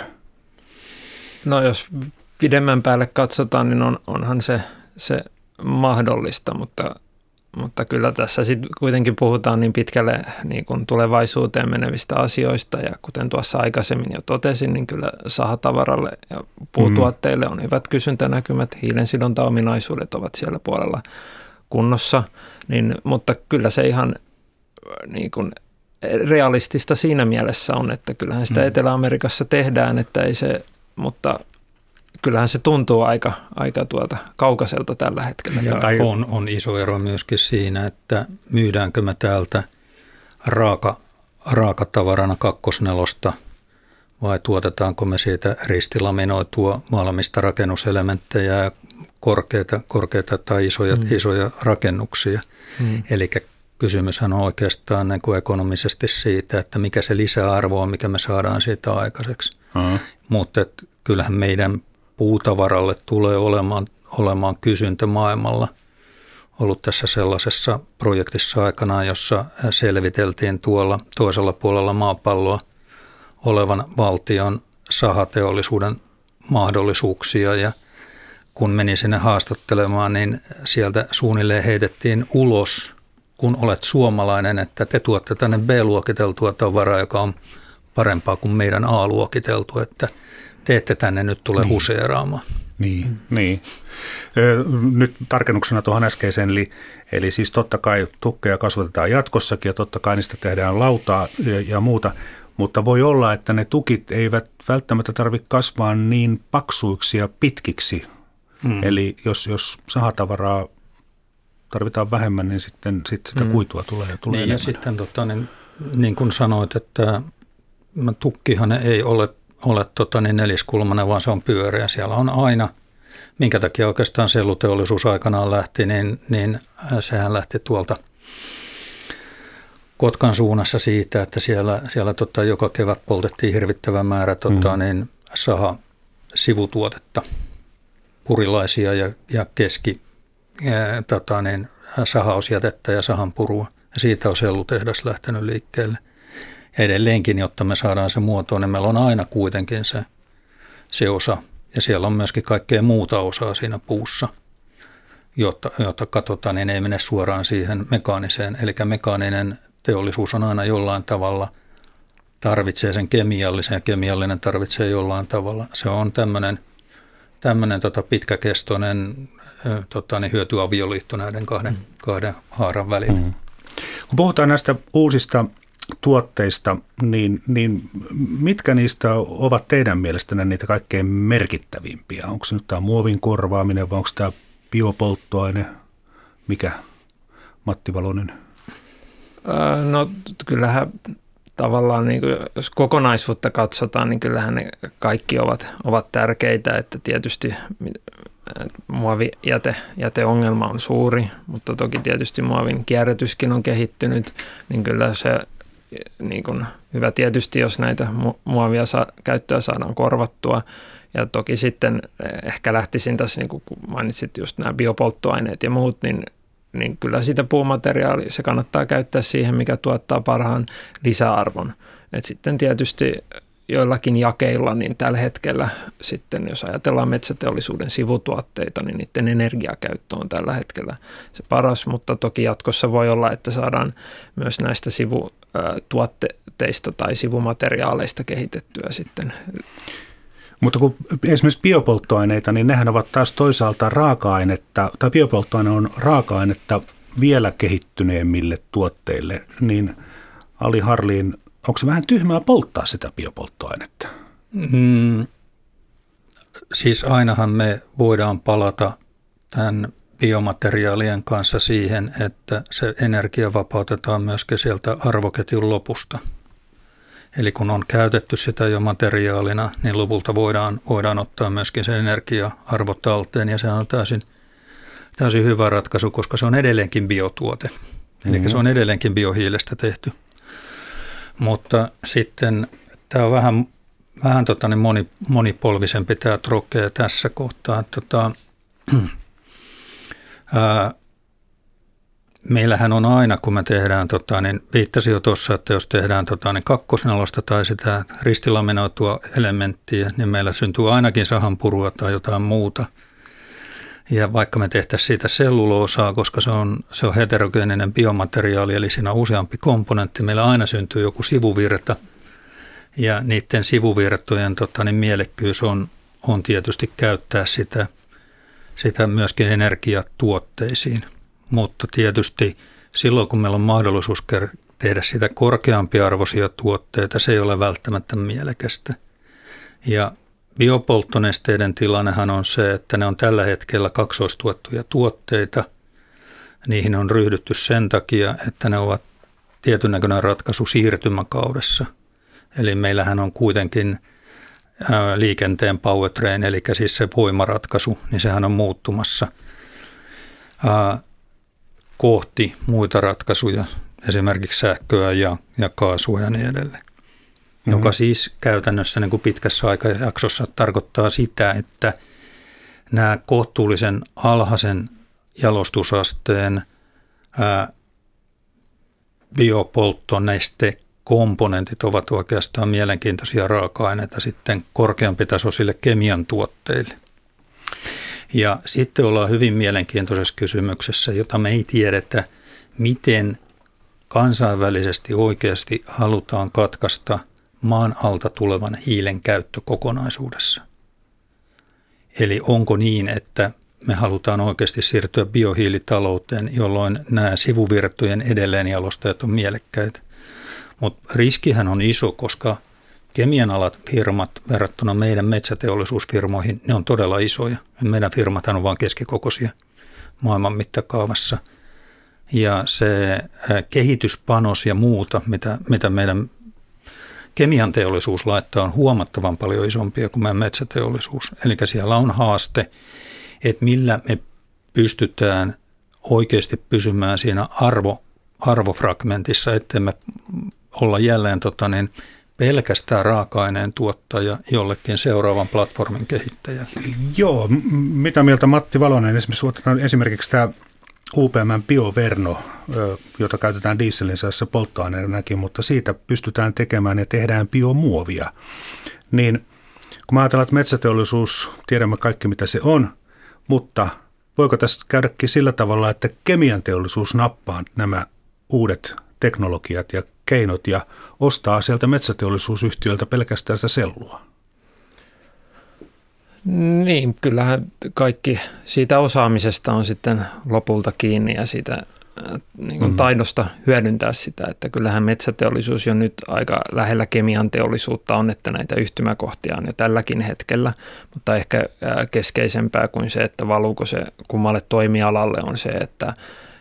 No jos pidemmän päälle katsotaan, niin onhan se mahdollista, mutta kyllä tässä sitten kuitenkin puhutaan niin pitkälle niin kuin tulevaisuuteen menevistä asioista ja kuten tuossa aikaisemmin jo totesin, niin kyllä sahatavaralle ja puutuotteille on hyvät kysyntänäkymät, hiilensidontaominaisuudet ovat siellä puolella kunnossa, mutta kyllä se ihan niin kuin realistista siinä mielessä on, että kyllähän sitä Etelä-Amerikassa tehdään, että ei se, mutta kyllähän se tuntuu aika kaukaiselta tällä hetkellä. Ja on iso ero myöskin siinä, että myydäänkö me täältä raakatavarana kakkosnelosta vai tuotetaanko me siitä ristilaminoitua valmista rakennuselementtejä ja korkeita tai isoja rakennuksia. Eli kysymyshän on oikeastaan niin kuin ekonomisesti siitä, että mikä se lisäarvo on, mikä me saadaan siitä aikaiseksi. Mutta kyllähän meidän puutavaralle tulee olemaan kysyntä maailmalla ollut tässä sellaisessa projektissa aikanaan, jossa selviteltiin tuolla toisella puolella maapalloa olevan valtion sahateollisuuden mahdollisuuksia, ja kun meni sinne haastattelemaan, niin sieltä suunnilleen heitettiin ulos, kun olet suomalainen, että te tuotte tänne B-luokiteltua tavaraa, joka on parempaa kuin meidän A-luokiteltu, että te ette tänne nyt tule huseeraamaan. Niin. Nyt tarkennuksena tuohon äskeiseen, eli siis totta kai tukkeja kasvatetaan jatkossakin ja totta kai niistä tehdään lautaa ja muuta, mutta voi olla, että ne tukit eivät välttämättä tarvitse kasvaa niin paksuiksi ja pitkiksi. Eli jos sahatavaraa tarvitaan vähemmän, niin sitten sitä kuitua tulee niin, enemmän. Ja sitten niin kuin sanoit, että tukkihan ei ole neliskulmainen, vaan se on pyöreä. Siellä on aina, minkä takia oikeastaan selluteollisuus aikanaan lähti, niin sehän lähti tuolta Kotkan suunnassa siitä, että siellä joka kevät poltettiin hirvittävä määrä niin saha sivutuotetta, purilaisia ja sahausjätettä ja sahanpurua. Ja siitä on sellutehdas lähtenyt liikkeelle. Ja edelleenkin, jotta me saadaan se muotoon, niin meillä on aina kuitenkin se osa. Ja siellä on myöskin kaikkea muuta osaa siinä puussa, jotta katsotaan, niin ei mene suoraan siihen mekaaniseen. Eli mekaaninen teollisuus on aina jollain tavalla, tarvitsee sen kemiallisen ja kemiallinen tarvitsee jollain tavalla. Se on tämmöinen pitkäkestoinen hyötyavioliitto näiden kahden haaran välillä. Kun puhutaan näistä uusista tuotteista, niin mitkä niistä ovat teidän mielestänne niitä kaikkein merkittävimpiä? Onko se nyt tämä muovin korvaaminen vai onko tämä biopolttoaine? Mikä, Matti Valonen? No kyllähän tavallaan, niin kuin, jos kokonaisuutta katsotaan, niin kyllähän ne kaikki ovat tärkeitä, että tietysti muovijäteongelma on suuri, mutta toki tietysti muovin kierrätyskin on kehittynyt, niin kyllä se niin kuin hyvä tietysti, jos näitä muovia käyttöä saadaan korvattua. Ja toki sitten ehkä lähtisin tässä, niin kuin mainitsit just nämä biopolttoaineet ja muut, niin kyllä sitä puumateriaalia se kannattaa käyttää siihen, mikä tuottaa parhaan lisäarvon. Et sitten tietysti joillakin jakeilla, niin tällä hetkellä sitten, jos ajatellaan metsäteollisuuden sivutuotteita, niin niiden energiakäyttö on tällä hetkellä se paras, mutta toki jatkossa voi olla, että saadaan myös näistä sivutuotteista tai sivumateriaaleista kehitettyä sitten. Mutta kun esimerkiksi biopolttoaineita, niin nehän ovat taas toisaalta raaka-ainetta, tai biopolttoaine on raaka-ainetta vielä kehittyneemmille tuotteille, niin Ali Harlin, onko se vähän tyhmää polttaa sitä biopolttoainetta? Siis ainahan me voidaan palata tämän biomateriaalien kanssa siihen, että se energia vapautetaan myöskin sieltä arvoketjun lopusta. Eli kun on käytetty sitä jo materiaalina, niin lopulta voidaan ottaa myöskin se energia-arvo talteen, ja se on täysin hyvä ratkaisu, koska se on edelleenkin biotuote. Eli se on edelleenkin biohiilestä tehty. Mutta sitten tämä on vähän monipolvisempi tämä trokea tässä kohtaa. Meillähän on aina, kun me tehdään, viittasin jo tuossa, että jos tehdään kakkosnelosta tai sitä ristilaminoitua elementtiä, niin meillä syntyy ainakin sahanpurua tai jotain muuta. Ja vaikka me tehtäisiin siitä selluloosaa, koska se on heterogeeninen biomateriaali, eli siinä on useampi komponentti, meillä aina syntyy joku sivuvirta. Ja niiden sivuvirtojen mielekkyys on tietysti käyttää sitä myöskin energiatuotteisiin. Mutta tietysti silloin, kun meillä on mahdollisuus tehdä sitä korkeampiarvoisia tuotteita, se ei ole välttämättä mielekästä. Ja biopolttonesteiden tilannehan on se, että ne on tällä hetkellä kaksoistuettuja tuotteita. Niihin on ryhdytty sen takia, että ne ovat tietyn näköinen ratkaisu siirtymäkaudessa. Eli meillähän on kuitenkin liikenteen powertrain, eli siis se voimaratkaisu, niin sehän on muuttumassa kohti muita ratkaisuja, esimerkiksi sähköä ja kaasua ja niin edelleen. Joka siis käytännössä niin kuin pitkässä aikajaksossa tarkoittaa sitä, että nämä kohtuullisen alhaisen jalostusasteen biopolttonestekomponentit ovat oikeastaan mielenkiintoisia raaka-aineita sitten korkeampitasoisille kemian tuotteille. Ja sitten ollaan hyvin mielenkiintoisessa kysymyksessä, jota me ei tiedetä, miten kansainvälisesti oikeasti halutaan katkaista maan alta tulevan hiilen käyttö kokonaisuudessa. Eli onko niin, että me halutaan oikeasti siirtyä biohiilitalouteen, jolloin nämä sivuvirtojen edelleenjalostajat on mielekkäitä. Mutta riskihän on iso, koska kemian alat firmat verrattuna meidän metsäteollisuusfirmoihin, ne on todella isoja. Meidän firmathan on vain keskikokoisia maailman mittakaavassa. Ja se kehityspanos ja muuta, mitä meidän kemian teollisuus laittaa, on huomattavan paljon isompia kuin meidän metsäteollisuus. Eli siellä on haaste, että millä me pystytään oikeasti pysymään siinä arvofragmentissa, ettei me olla jälleen pelkästään raaka-aineen tuottaja jollekin seuraavan platformin kehittäjälle. Joo, mitä mieltä Matti Valonen, esimerkiksi tämä UPM:n BioVerno, jota käytetään dieselin seassa polttoaineenakin, mutta siitä pystytään tekemään ja tehdään biomuovia. Niin kun mä ajatellaan, että metsäteollisuus, tiedämme kaikki mitä se on, mutta voiko tässä käydäkin sillä tavalla, että kemian teollisuus nappaa nämä uudet teknologiat ja keinot ja ostaa sieltä metsäteollisuusyhtiöiltä pelkästään sitä sellua? Niin, kyllähän kaikki siitä osaamisesta on sitten lopulta kiinni ja siitä taidosta hyödyntää sitä, että kyllähän metsäteollisuus jo nyt aika lähellä kemian teollisuutta on, että näitä yhtymäkohtia on jo tälläkin hetkellä, mutta ehkä keskeisempää kuin se, että valuuko se kummalle toimialalle on se, että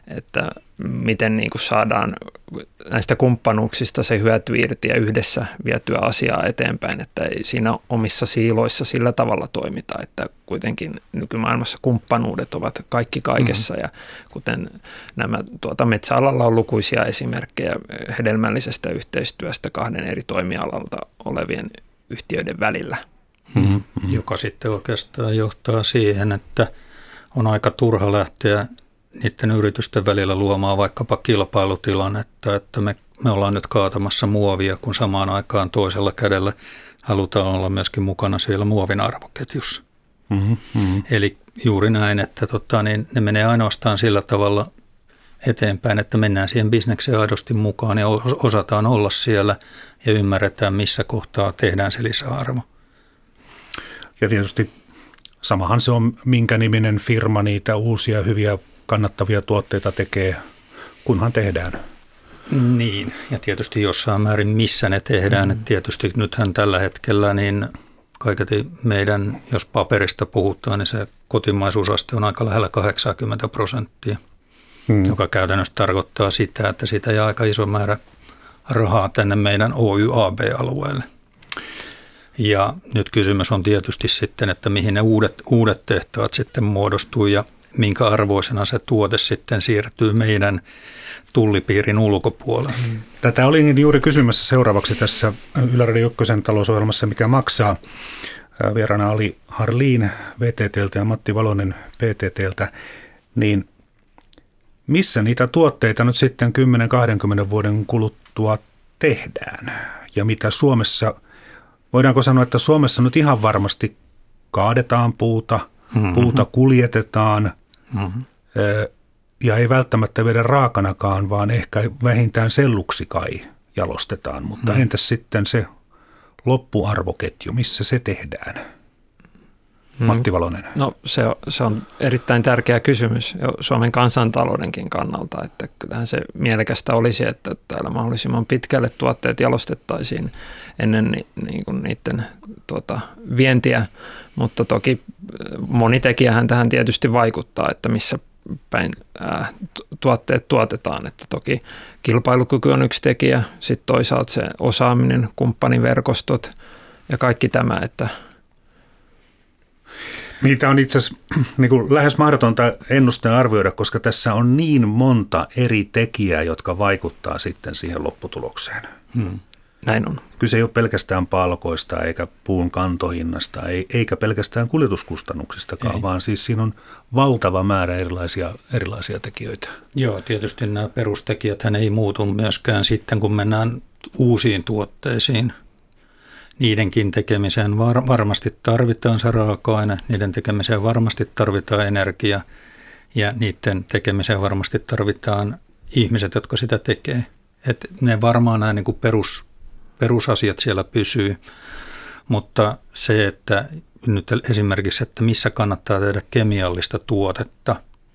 miten niin kuin saadaan näistä kumppanuuksista se hyöty irti ja yhdessä vietyä asiaa eteenpäin, että ei siinä omissa siiloissa sillä tavalla toimita, että kuitenkin nykymaailmassa kumppanuudet ovat kaikki kaikessa ja kuten nämä metsäalalla on lukuisia esimerkkejä hedelmällisestä yhteistyöstä kahden eri toimialalta olevien yhtiöiden välillä. Joka sitten oikeastaan johtaa siihen, että on aika turha lähteä niiden yritysten välillä luomaan vaikkapa kilpailutilannetta, että me ollaan nyt kaatamassa muovia, kun samaan aikaan toisella kädellä halutaan olla myöskin mukana siellä muovin arvoketjussa. Eli juuri näin, että ne menee ainoastaan sillä tavalla eteenpäin, että mennään siihen bisnekseen aidosti mukaan ja osataan olla siellä ja ymmärretään, missä kohtaa tehdään se lisäarvo. Ja tietysti samahan se on, minkä niminen firma niitä uusia hyviä kannattavia tuotteita tekee, kunhan tehdään. Niin, ja tietysti jossain määrin missä ne tehdään. Että tietysti nythän tällä hetkellä niin kaiketi meidän, jos paperista puhutaan, niin se kotimaisuusaste on aika lähellä 80%, joka käytännössä tarkoittaa sitä, että siitä jää aika iso määrä rahaa tänne meidän OYAB-alueelle. Ja nyt kysymys on tietysti sitten, että mihin ne uudet tehtaat sitten muodostuu ja minkä arvoisena se tuote sitten siirtyy meidän tullipiirin ulkopuolelle. Tätä olin juuri kysymässä seuraavaksi tässä Yle Radio 1 talousohjelmassa, mikä maksaa. Vieraana oli Harliin VTT:ltä ja Matti Valonen PTT:ltä. Niin missä niitä tuotteita nyt sitten 10-20 vuoden kuluttua tehdään? Ja mitä Suomessa, voidaanko sanoa, että Suomessa nyt ihan varmasti kaadetaan puuta, puuta kuljetetaan ja ei välttämättä viedä raakanakaan, vaan ehkä vähintään selluksi kai jalostetaan. Mutta entäs sitten se loppuarvoketju, missä se tehdään? Matti Valonen. No se on erittäin tärkeä kysymys Suomen kansantaloudenkin kannalta, että kyllähän se mielekästä olisi, että täällä mahdollisimman pitkälle tuotteet jalostettaisiin ennen niiden vientiä, mutta toki moni tekijähän tähän tietysti vaikuttaa, että missä päin tuotteet tuotetaan, että toki kilpailukyky on yksi tekijä, sitten toisaalta se osaaminen, kumppaniverkostot ja kaikki tämä, että niitä on itse asiassa lähes mahdotonta ennustaa arvioida, koska tässä on niin monta eri tekijää, jotka vaikuttaa sitten siihen lopputulokseen. Näin on. Kyse ei ole pelkästään palkoista eikä puun kantohinnasta, eikä pelkästään kuljetuskustannuksistakaan, ei. Vaan siis siinä on valtava määrä erilaisia tekijöitä. Joo, tietysti nämä perustekijäthän ei muutu myöskään sitten, kun mennään uusiin tuotteisiin. Niidenkin tekemiseen varmasti tarvitaan se raaka-aine, niiden tekemiseen varmasti tarvitaan energia ja niiden tekemiseen varmasti tarvitaan ihmiset, jotka sitä tekee. Et ne varmaan nämä niin kuin perusasiat siellä pysyy, mutta se, että nyt esimerkiksi, että missä kannattaa tehdä kemiallista tuotetta,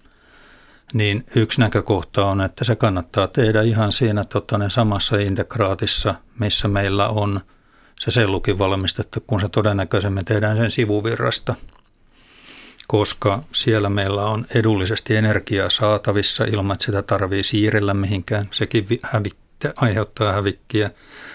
niin yksi näkökohta on, että se kannattaa tehdä ihan siinä samassa integraatissa, missä meillä on se sellukin valmistettu, kun se todennäköisemmin tehdään sen sivuvirrasta, koska siellä meillä on edullisesti energiaa saatavissa ilman, että sitä tarvitsee siirrellä mihinkään. Sekin aiheuttaa hävikkiä.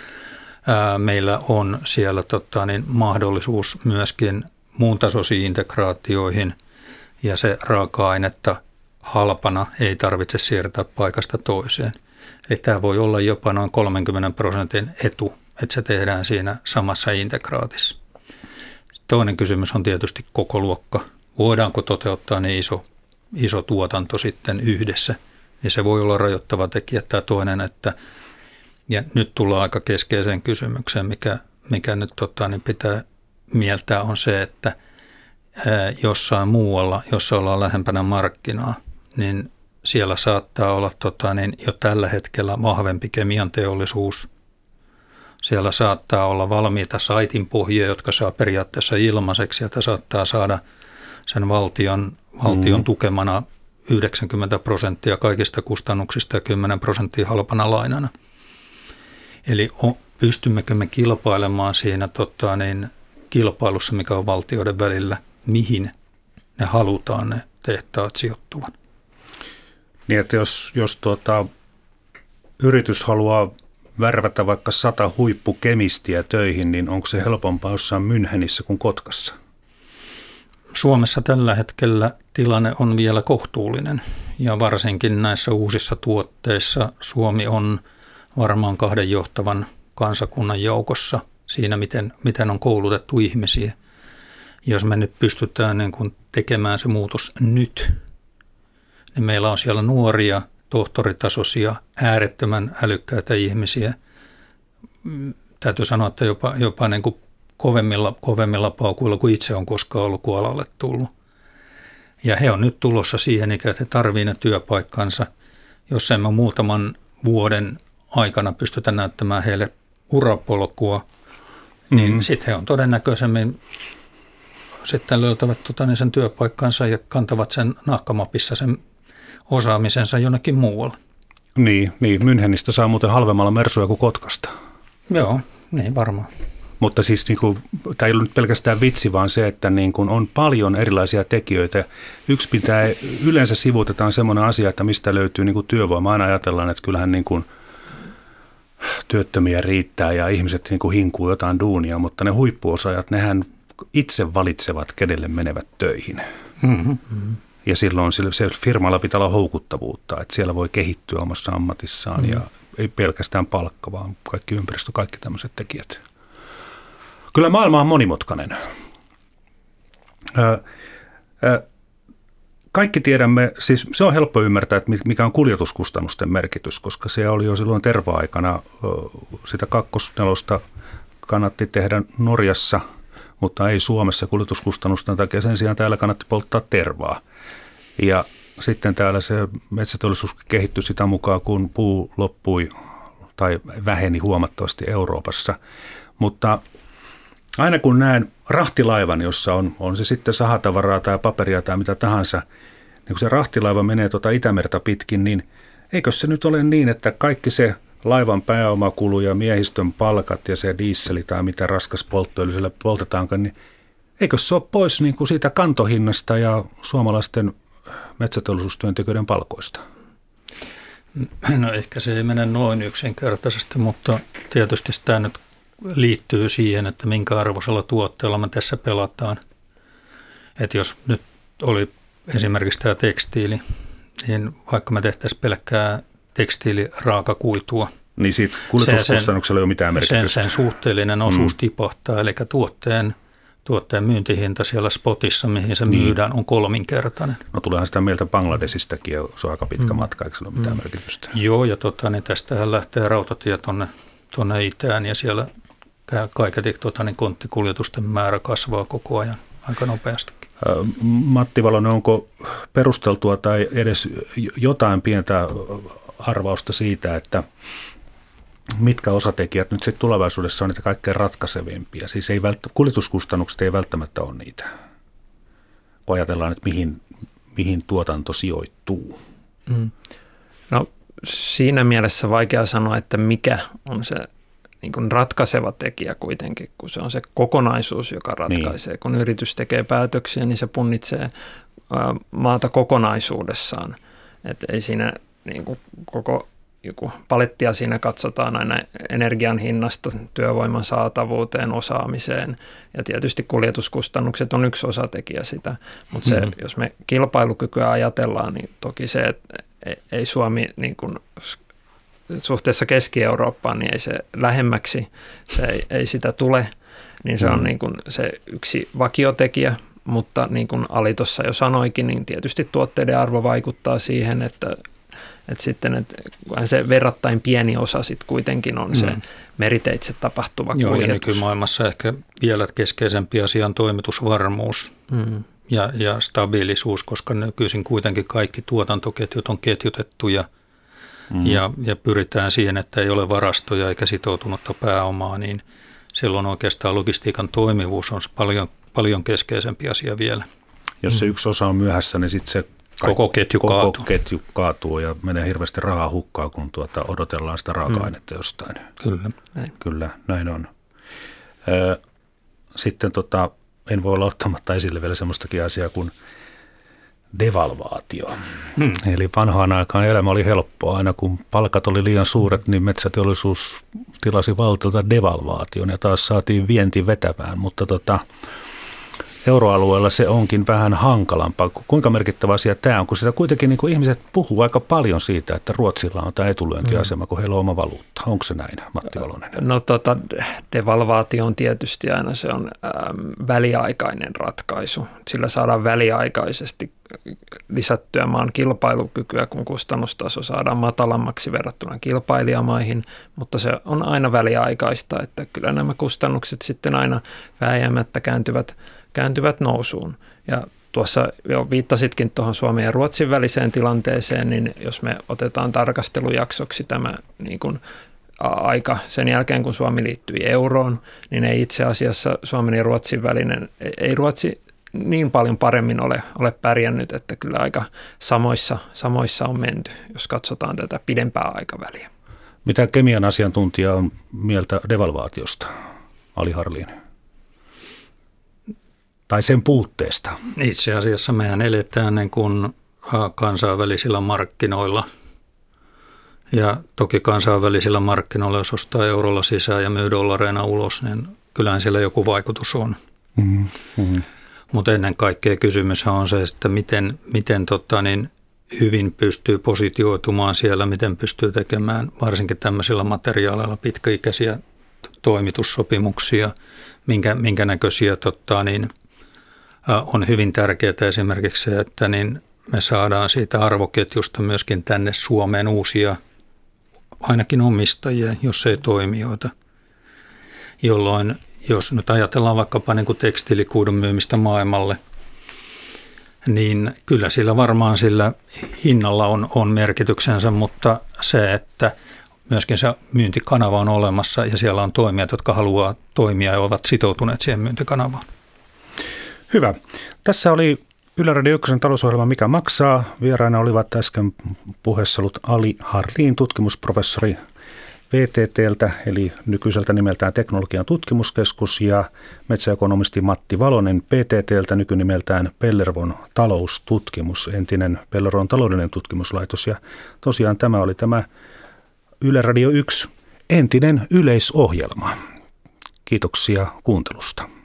Meillä on siellä mahdollisuus myöskin muun tasoisiin integraatioihin ja se raaka-ainetta halpana ei tarvitse siirtää paikasta toiseen. Eli tämä voi olla jopa noin 30% etu, että se tehdään siinä samassa integraatissa. Toinen kysymys on tietysti koko luokka. Voidaanko toteuttaa niin iso tuotanto sitten yhdessä? Ja se voi olla rajoittava tekijä. Tämä toinen, että ja nyt tullaan aika keskeiseen kysymykseen, mikä nyt niin pitää mieltää, on se, että jossain muualla, jossa ollaan lähempänä markkinaa, niin siellä saattaa olla jo tällä hetkellä vahvempi kemian teollisuus. Siellä saattaa olla valmiita saitinpohjia, jotka saa periaatteessa ilmaiseksi. Sieltä saattaa saada sen valtion tukemana 90% kaikista kustannuksista ja 10% halpana lainana. Eli pystymmekö me kilpailemaan siinä kilpailussa, mikä on valtioiden välillä, mihin ne halutaan ne tehtaat sijoittuvan? Niin, että jos yritys haluaa värvätä vaikka 100 huippukemistiä töihin, niin onko se helpompaa jossain Münchenissä kuin Kotkassa? Suomessa tällä hetkellä tilanne on vielä kohtuullinen ja varsinkin näissä uusissa tuotteissa Suomi on varmaan 2 johtavan kansakunnan joukossa siinä, miten on koulutettu ihmisiä. Jos me nyt pystytään niin kuin tekemään se muutos nyt, niin meillä on siellä nuoria, tohtoritasoisia, äärettömän älykkäitä ihmisiä. Täytyy sanoa, että jopa niin kuin kovemmilla paukuilla kuin itse on koskaan ollut, kun alalle tullut. Ja he on nyt tulossa siihen, että he tarvitsevat ne työpaikkansa. Jos emme muutaman vuoden aikana pystytä näyttämään heille urapolkua, niin sitten he on todennäköisemmin sitten löytävät sen työpaikkansa ja kantavat sen nahkamapissa sen osaamisensa jonnekin muualle. Niin, Münchenistä saa muuten halvemmalla mersuja kuin Kotkasta. Joo, niin varmaan. Mutta siis tämä ei ole nyt pelkästään vitsi, vaan se, että on paljon erilaisia tekijöitä. Yleensä sivuutetaan semmoinen asia, että mistä löytyy työvoima. Aina ajatellaan, että kyllähän työttömiä riittää ja ihmiset hinkuu jotain duunia, mutta ne huippuosaajat, nehän itse valitsevat, kenelle menevät töihin. Mm-hmm. Ja silloin se firmalla pitää olla houkuttavuutta, että siellä voi kehittyä omassa ammatissaan ja ei pelkästään palkka, vaan kaikki ympäristö, kaikki tämmöiset tekijät. Kyllä maailma on monimutkainen. Kaikki tiedämme, siis se on helppo ymmärtää, että mikä on kuljetuskustannusten merkitys, koska se oli jo silloin terva-aikana, sitä 2/4 kannatti tehdä Norjassa, mutta ei Suomessa kuljetuskustannusten takia. Sen sijaan täällä kannatti polttaa tervaa. Ja sitten täällä se metsäteollisuus kehittyi sitä mukaan, kun puu loppui tai väheni huomattavasti Euroopassa. Mutta aina kun näen rahtilaivan, jossa on se sitten sahatavaraa tai paperia tai mitä tahansa, niin kun se rahtilaiva menee Itämerta pitkin, niin eikö se nyt ole niin, että kaikki se laivan pääomakulu ja miehistön palkat ja se diisseli tai mitä raskas polttoöljy siellä poltetaankaan, niin eikö se ole pois niin kuin siitä kantohinnasta ja suomalaisten metsäteollisuustyöntekijöiden palkoista? No ehkä se ei mene noin yksinkertaisesti, mutta tietysti tämä nyt liittyy siihen, että minkä arvoisella tuotteella me tässä pelataan. Että jos nyt oli esimerkiksi tämä tekstiili, niin vaikka me tehtäisiin pelkkää tekstiiliraakakuitua, Niin siitä kuljetuskustannuksella ei ole mitään merkitystä. Sen suhteellinen osuus tipahtaa, eli tuotteen myyntihinta siellä spotissa, mihin se myydään, on 3-kertainen. No tuleehan sitä mieltä Bangladesistakin, ja se on aika pitkä matka, eikö sillä ole mitään merkitystä? Joo, ja niin tästähän lähtee rautatie tuonne itään, ja siellä kaiketi konttikuljetusten määrä kasvaa koko ajan aika nopeastikin. Matti Valonen, onko perusteltua tai edes jotain pientä arvausta siitä, että mitkä osatekijät nyt sitten tulevaisuudessa on niitä kaikkein ratkaisevimpia? Siis kuljetuskustannukset ei välttämättä ole niitä, kun ajatellaan, että mihin tuotanto sijoittuu. No siinä mielessä vaikea sanoa, että mikä on se niin kuin ratkaiseva tekijä kuitenkin, kun se on se kokonaisuus, joka ratkaisee. Niin. Kun yritys tekee päätöksiä, niin se punnitsee maata kokonaisuudessaan. Et ei siinä niin kuin koko joku palettia siinä katsotaan aina energian hinnasta, työvoiman saatavuuteen, osaamiseen ja tietysti kuljetuskustannukset on yksi osatekijä sitä, mutta se, jos me kilpailukykyä ajatellaan, niin toki se, että ei Suomi niin kuin suhteessa Keski-Eurooppaan, niin ei se lähemmäksi, se ei sitä tule, niin se on niin kuin se yksi vakiotekijä, mutta niin kuin Ali tuossa jo sanoikin, niin tietysti tuotteiden arvo vaikuttaa siihen, että sitten se verrattain pieni osa sitten kuitenkin on se meriteitse tapahtuva kuljetus. Joo, ja nykymaailmassa ehkä vielä keskeisempi asia on toimitusvarmuus ja stabiilisuus, koska nykyisin kuitenkin kaikki tuotantoketjut on ketjutettu ja pyritään siihen, että ei ole varastoja eikä sitoutunutta pääomaa, niin silloin oikeastaan logistiikan toimivuus on paljon keskeisempi asia vielä. Jos se yksi osa on myöhässä, niin sitten se koko ketju kaatuu ja menee hirveästi rahaa hukkaan, kun odotellaan sitä raaka-ainetta jostain. Kyllä, näin on. Sitten en voi olla ottamatta esille vielä semmoistakin asiaa kuin devalvaatio. Eli vanhaan aikaan elämä oli helppoa. Aina kun palkat oli liian suuret, niin metsäteollisuus tilasi valtiolta devalvaation ja taas saatiin vienti vetämään, mutta euroalueella se onkin vähän hankalampaa. Kuinka merkittävä asia tämä on, kun sitä kuitenkin niin kuin ihmiset puhuu aika paljon siitä, että Ruotsilla on tämä etulyöntiasema, kun heillä on oma valuutta. Onko se näin, Matti Valonen? No devalvaatio on tietysti aina se on väliaikainen ratkaisu. Sillä saadaan väliaikaisesti lisättyä maan kilpailukykyä, kun kustannustaso saadaan matalammaksi verrattuna kilpailijamaihin, mutta se on aina väliaikaista, että kyllä nämä kustannukset sitten aina vääjäämättä kääntyvät nousuun. Ja tuossa jo viittasitkin tuohon Suomen ja Ruotsin väliseen tilanteeseen, niin jos me otetaan tarkastelujaksoksi tämä niin kuin aika sen jälkeen, kun Suomi liittyi euroon, niin ei itse asiassa Suomen ja Ruotsin välinen, ei Ruotsi niin paljon paremmin ole pärjännyt, että kyllä aika samoissa on menty, jos katsotaan tätä pidempää aikaväliä. Mitä kemian asiantuntija on mieltä devalvaatiosta, Ali Harlin? Tai sen puutteesta? Itse asiassa mehän eletään niin kuin kansainvälisillä markkinoilla. Ja toki kansainvälisillä markkinoilla, jos ostaa eurolla sisään ja myy dollareina ulos, niin kyllähän siellä joku vaikutus on. Mutta ennen kaikkea kysymys on se, että miten hyvin pystyy positioitumaan siellä, miten pystyy tekemään varsinkin tämmöisillä materiaaleilla pitkäikäisiä toimitussopimuksia, minkä näköisiä on hyvin tärkeää esimerkiksi se, että me saadaan siitä arvoketjusta myöskin tänne Suomeen uusia ainakin omistajia, jos ei toimijoita, jolloin jos nyt ajatellaan vaikkapa niin kuin tekstiilikuidun myymistä maailmalle, niin kyllä sillä varmaan sillä hinnalla on merkityksensä, mutta se, että myöskin se myyntikanava on olemassa ja siellä on toimijat, jotka haluaa toimia ja ovat sitoutuneet siihen myyntikanavaan. Hyvä. Tässä oli Yle Radio 1 talousohjelma Mikä maksaa? Vieraina olivat äsken puheessa ollut Ali Harlin, tutkimusprofessori VTT:ltä, eli nykyiseltä nimeltään Teknologian tutkimuskeskus, ja metsäekonomisti Matti Valonen PTT:ltä, nykynimeltään Pellervon taloustutkimus, entinen Pellervon taloudellinen tutkimuslaitos. Ja tosiaan tämä oli tämä Yle Radio 1 entinen yleisohjelma. Kiitoksia kuuntelusta.